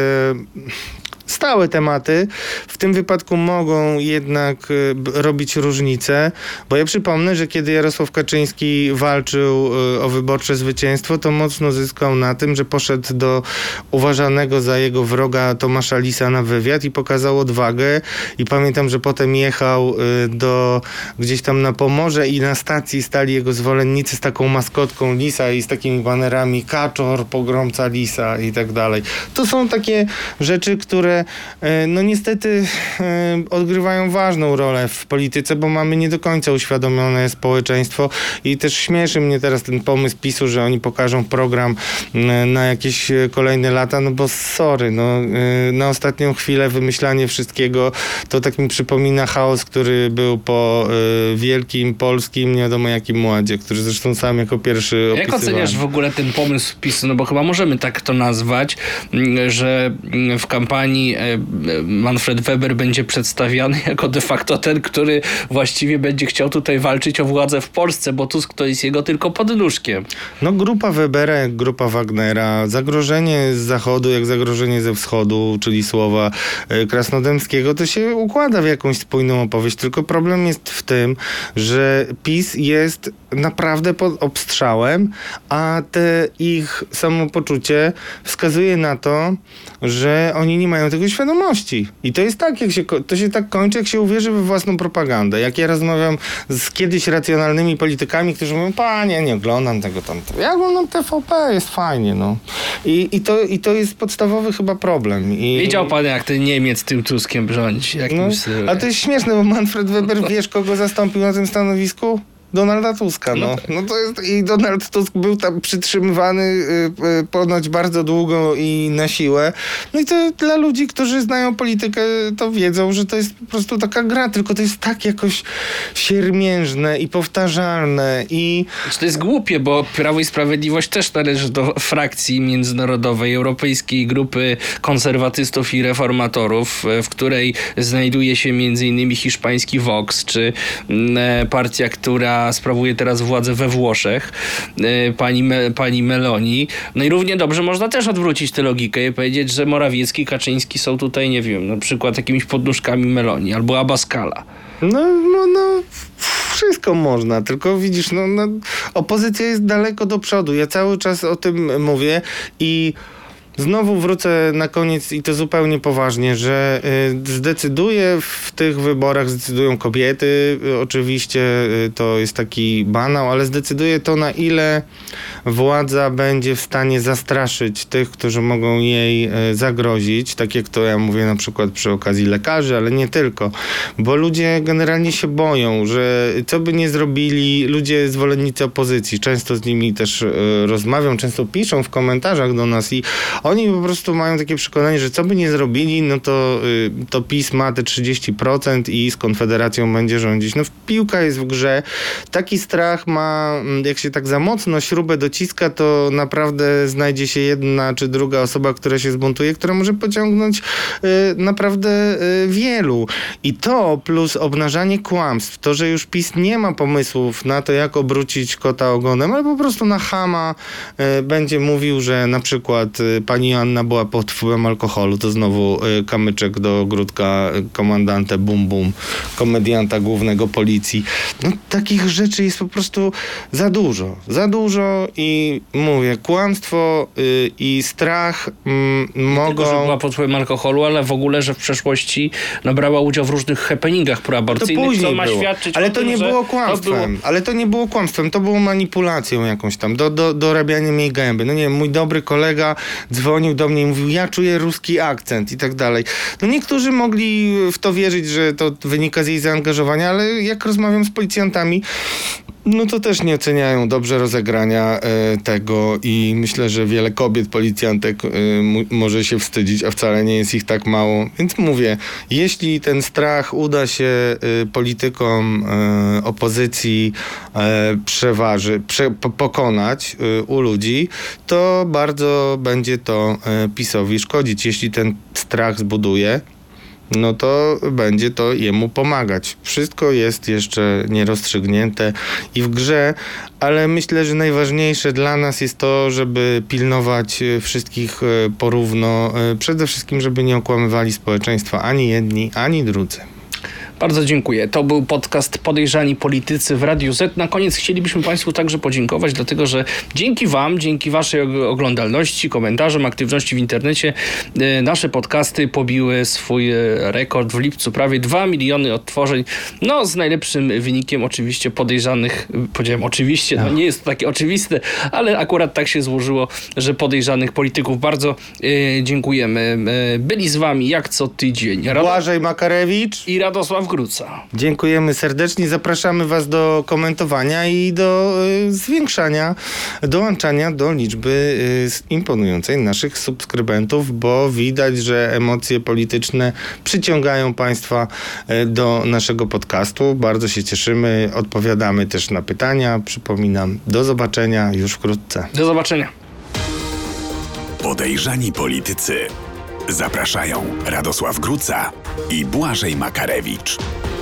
stałe tematy w tym wypadku mogą jednak robić różnicę, bo ja przypomnę, że kiedy Jarosław Kaczyński walczył o wyborcze zwycięstwo, to mocno zyskał na tym, że poszedł do uważanego za jego wroga Tomasza Lisa na wywiad i pokazał odwagę i pamiętam, że potem jechał gdzieś tam na Pomorze i na stacji stali jego zwolennicy z taką maskotką Lisa i z takimi banerami Kaczor, pogromca Lisa i tak dalej. To są takie rzeczy, które no niestety odgrywają ważną rolę w polityce, bo mamy nie do końca uświadomione społeczeństwo i też śmieszy mnie teraz ten pomysł PiS-u, że oni pokażą program na jakieś kolejne lata, no bo sorry, no na ostatnią chwilę wymyślanie wszystkiego to tak mi przypomina chaos, który był po wielkim polskim, nie wiadomo jakim ładzie, który zresztą sam jako pierwszy opisywałem. Jak oceniasz w ogóle ten pomysł PiS-u? No bo chyba możemy tak to nazwać, że w kampanii Manfred Weber będzie przedstawiany jako de facto ten, który właściwie będzie chciał tutaj walczyć o władzę w Polsce, bo Tusk to jest jego tylko podnóżkiem. No grupa Webera jak grupa Wagnera, zagrożenie z zachodu jak zagrożenie ze wschodu, czyli słowa Krasnodębskiego, to się układa w jakąś spójną opowieść, tylko problem jest w tym, że PiS jest naprawdę pod obstrzałem, a te ich samopoczucie wskazuje na to, że oni nie mają tego świadomości. I to jest tak, to się tak kończy, jak się uwierzy we własną propagandę. Jak ja rozmawiam z kiedyś racjonalnymi politykami, którzy mówią, panie, nie oglądam tego tamtego. Ja oglądam TVP, jest fajnie, no. I to jest podstawowy chyba problem. Wiedział pan, jak ten Niemiec tym Tuskiem rządzi. A to jest śmieszne, bo Manfred Weber, wiesz, kogo zastąpił na tym stanowisku? Donalda Tuska. No to jest, i Donald Tusk był tam przytrzymywany ponoć bardzo długo i na siłę. No i to dla ludzi, którzy znają politykę, to wiedzą, że to jest po prostu taka gra, tylko to jest tak jakoś siermiężne i powtarzalne i... To jest głupie, bo Prawo i Sprawiedliwość też należy do frakcji międzynarodowej, europejskiej grupy konserwatystów i reformatorów, w której znajduje się m.in. hiszpański Vox, czy partia, która sprawuje teraz władzę we Włoszech, pani Meloni. No i równie dobrze można też odwrócić tę logikę i powiedzieć, że Morawiecki, Kaczyński są tutaj, nie wiem, na przykład jakimiś podnóżkami Meloni albo Abascala. No, wszystko można, tylko widzisz, opozycja jest daleko do przodu. Ja cały czas o tym mówię i znowu wrócę na koniec i to zupełnie poważnie, że w tych wyborach zdecydują kobiety. Oczywiście to jest taki banał, ale zdecyduje to, na ile władza będzie w stanie zastraszyć tych, którzy mogą jej zagrozić. Tak jak to ja mówię na przykład przy okazji lekarzy, ale nie tylko. Bo ludzie generalnie się boją, że co by nie zrobili ludzie zwolennicy opozycji. Często z nimi też rozmawiam, często piszą w komentarzach do nas i oni po prostu mają takie przekonanie, że co by nie zrobili, no to PiS ma te 30% i z Konfederacją będzie rządzić. No piłka jest w grze. Taki strach ma, jak się tak za mocno śrubę dociska, to naprawdę znajdzie się jedna czy druga osoba, która się zbuntuje, która może pociągnąć naprawdę wielu. I to plus obnażanie kłamstw, to, że już PiS nie ma pomysłów na to, jak obrócić kota ogonem, ale po prostu na chama będzie mówił, że na przykład pani Joanna była pod wpływem alkoholu, to znowu kamyczek do ogródka komandanta Bum Bum, komedianta głównego policji. No takich rzeczy jest po prostu za dużo i mówię, kłamstwo i strach mogą... Nie tylko, że była pod wpływem alkoholu, ale w ogóle, że w przeszłości brała udział w różnych happeningach proaborcyjnych, to później co ma było. świadczyć ale o to tym, nie że było kłamstwem. Ale to nie było kłamstwem, to było manipulacją jakąś tam, dorabianiem jej gęby. No nie wiem, mój dobry kolega dzwonił do mnie i mówił, ja czuję ruski akcent i tak dalej. No niektórzy mogli w to wierzyć, że to wynika z jej zaangażowania, ale jak rozmawiam z policjantami, no to też nie oceniają dobrze rozegrania tego i myślę, że wiele kobiet policjantek może się wstydzić, a wcale nie jest ich tak mało. Więc mówię, jeśli ten strach uda się politykom opozycji pokonać u ludzi, to bardzo będzie to PiS-owi szkodzić. Jeśli ten strach zbuduje, no to będzie to jemu pomagać. Wszystko jest jeszcze nierozstrzygnięte i w grze, ale myślę, że najważniejsze dla nas jest to, żeby pilnować wszystkich porówno. Przede wszystkim, żeby nie okłamywali społeczeństwa ani jedni, ani drudzy. Bardzo dziękuję. To był podcast Podejrzani Politycy w Radiu Z. Na koniec chcielibyśmy Państwu także podziękować, dlatego że dzięki Wam, dzięki Waszej oglądalności, komentarzom, aktywności w internecie nasze podcasty pobiły swój rekord w lipcu. Prawie 2 miliony odtworzeń. No z najlepszym wynikiem oczywiście podejrzanych, powiedziałem oczywiście, no nie jest to takie oczywiste, ale akurat tak się złożyło, że podejrzanych polityków. Bardzo dziękujemy. Byli z Wami jak co tydzień Błażej Makarewicz i Radosław Gruca. Dziękujemy serdecznie. Zapraszamy Was do komentowania i do dołączania do liczby imponującej naszych subskrybentów, bo widać, że emocje polityczne przyciągają Państwa do naszego podcastu. Bardzo się cieszymy. Odpowiadamy też na pytania. Przypominam, do zobaczenia już wkrótce. Do zobaczenia. Podejrzani Politycy. Zapraszają Radosław Gruca i Błażej Makarewicz.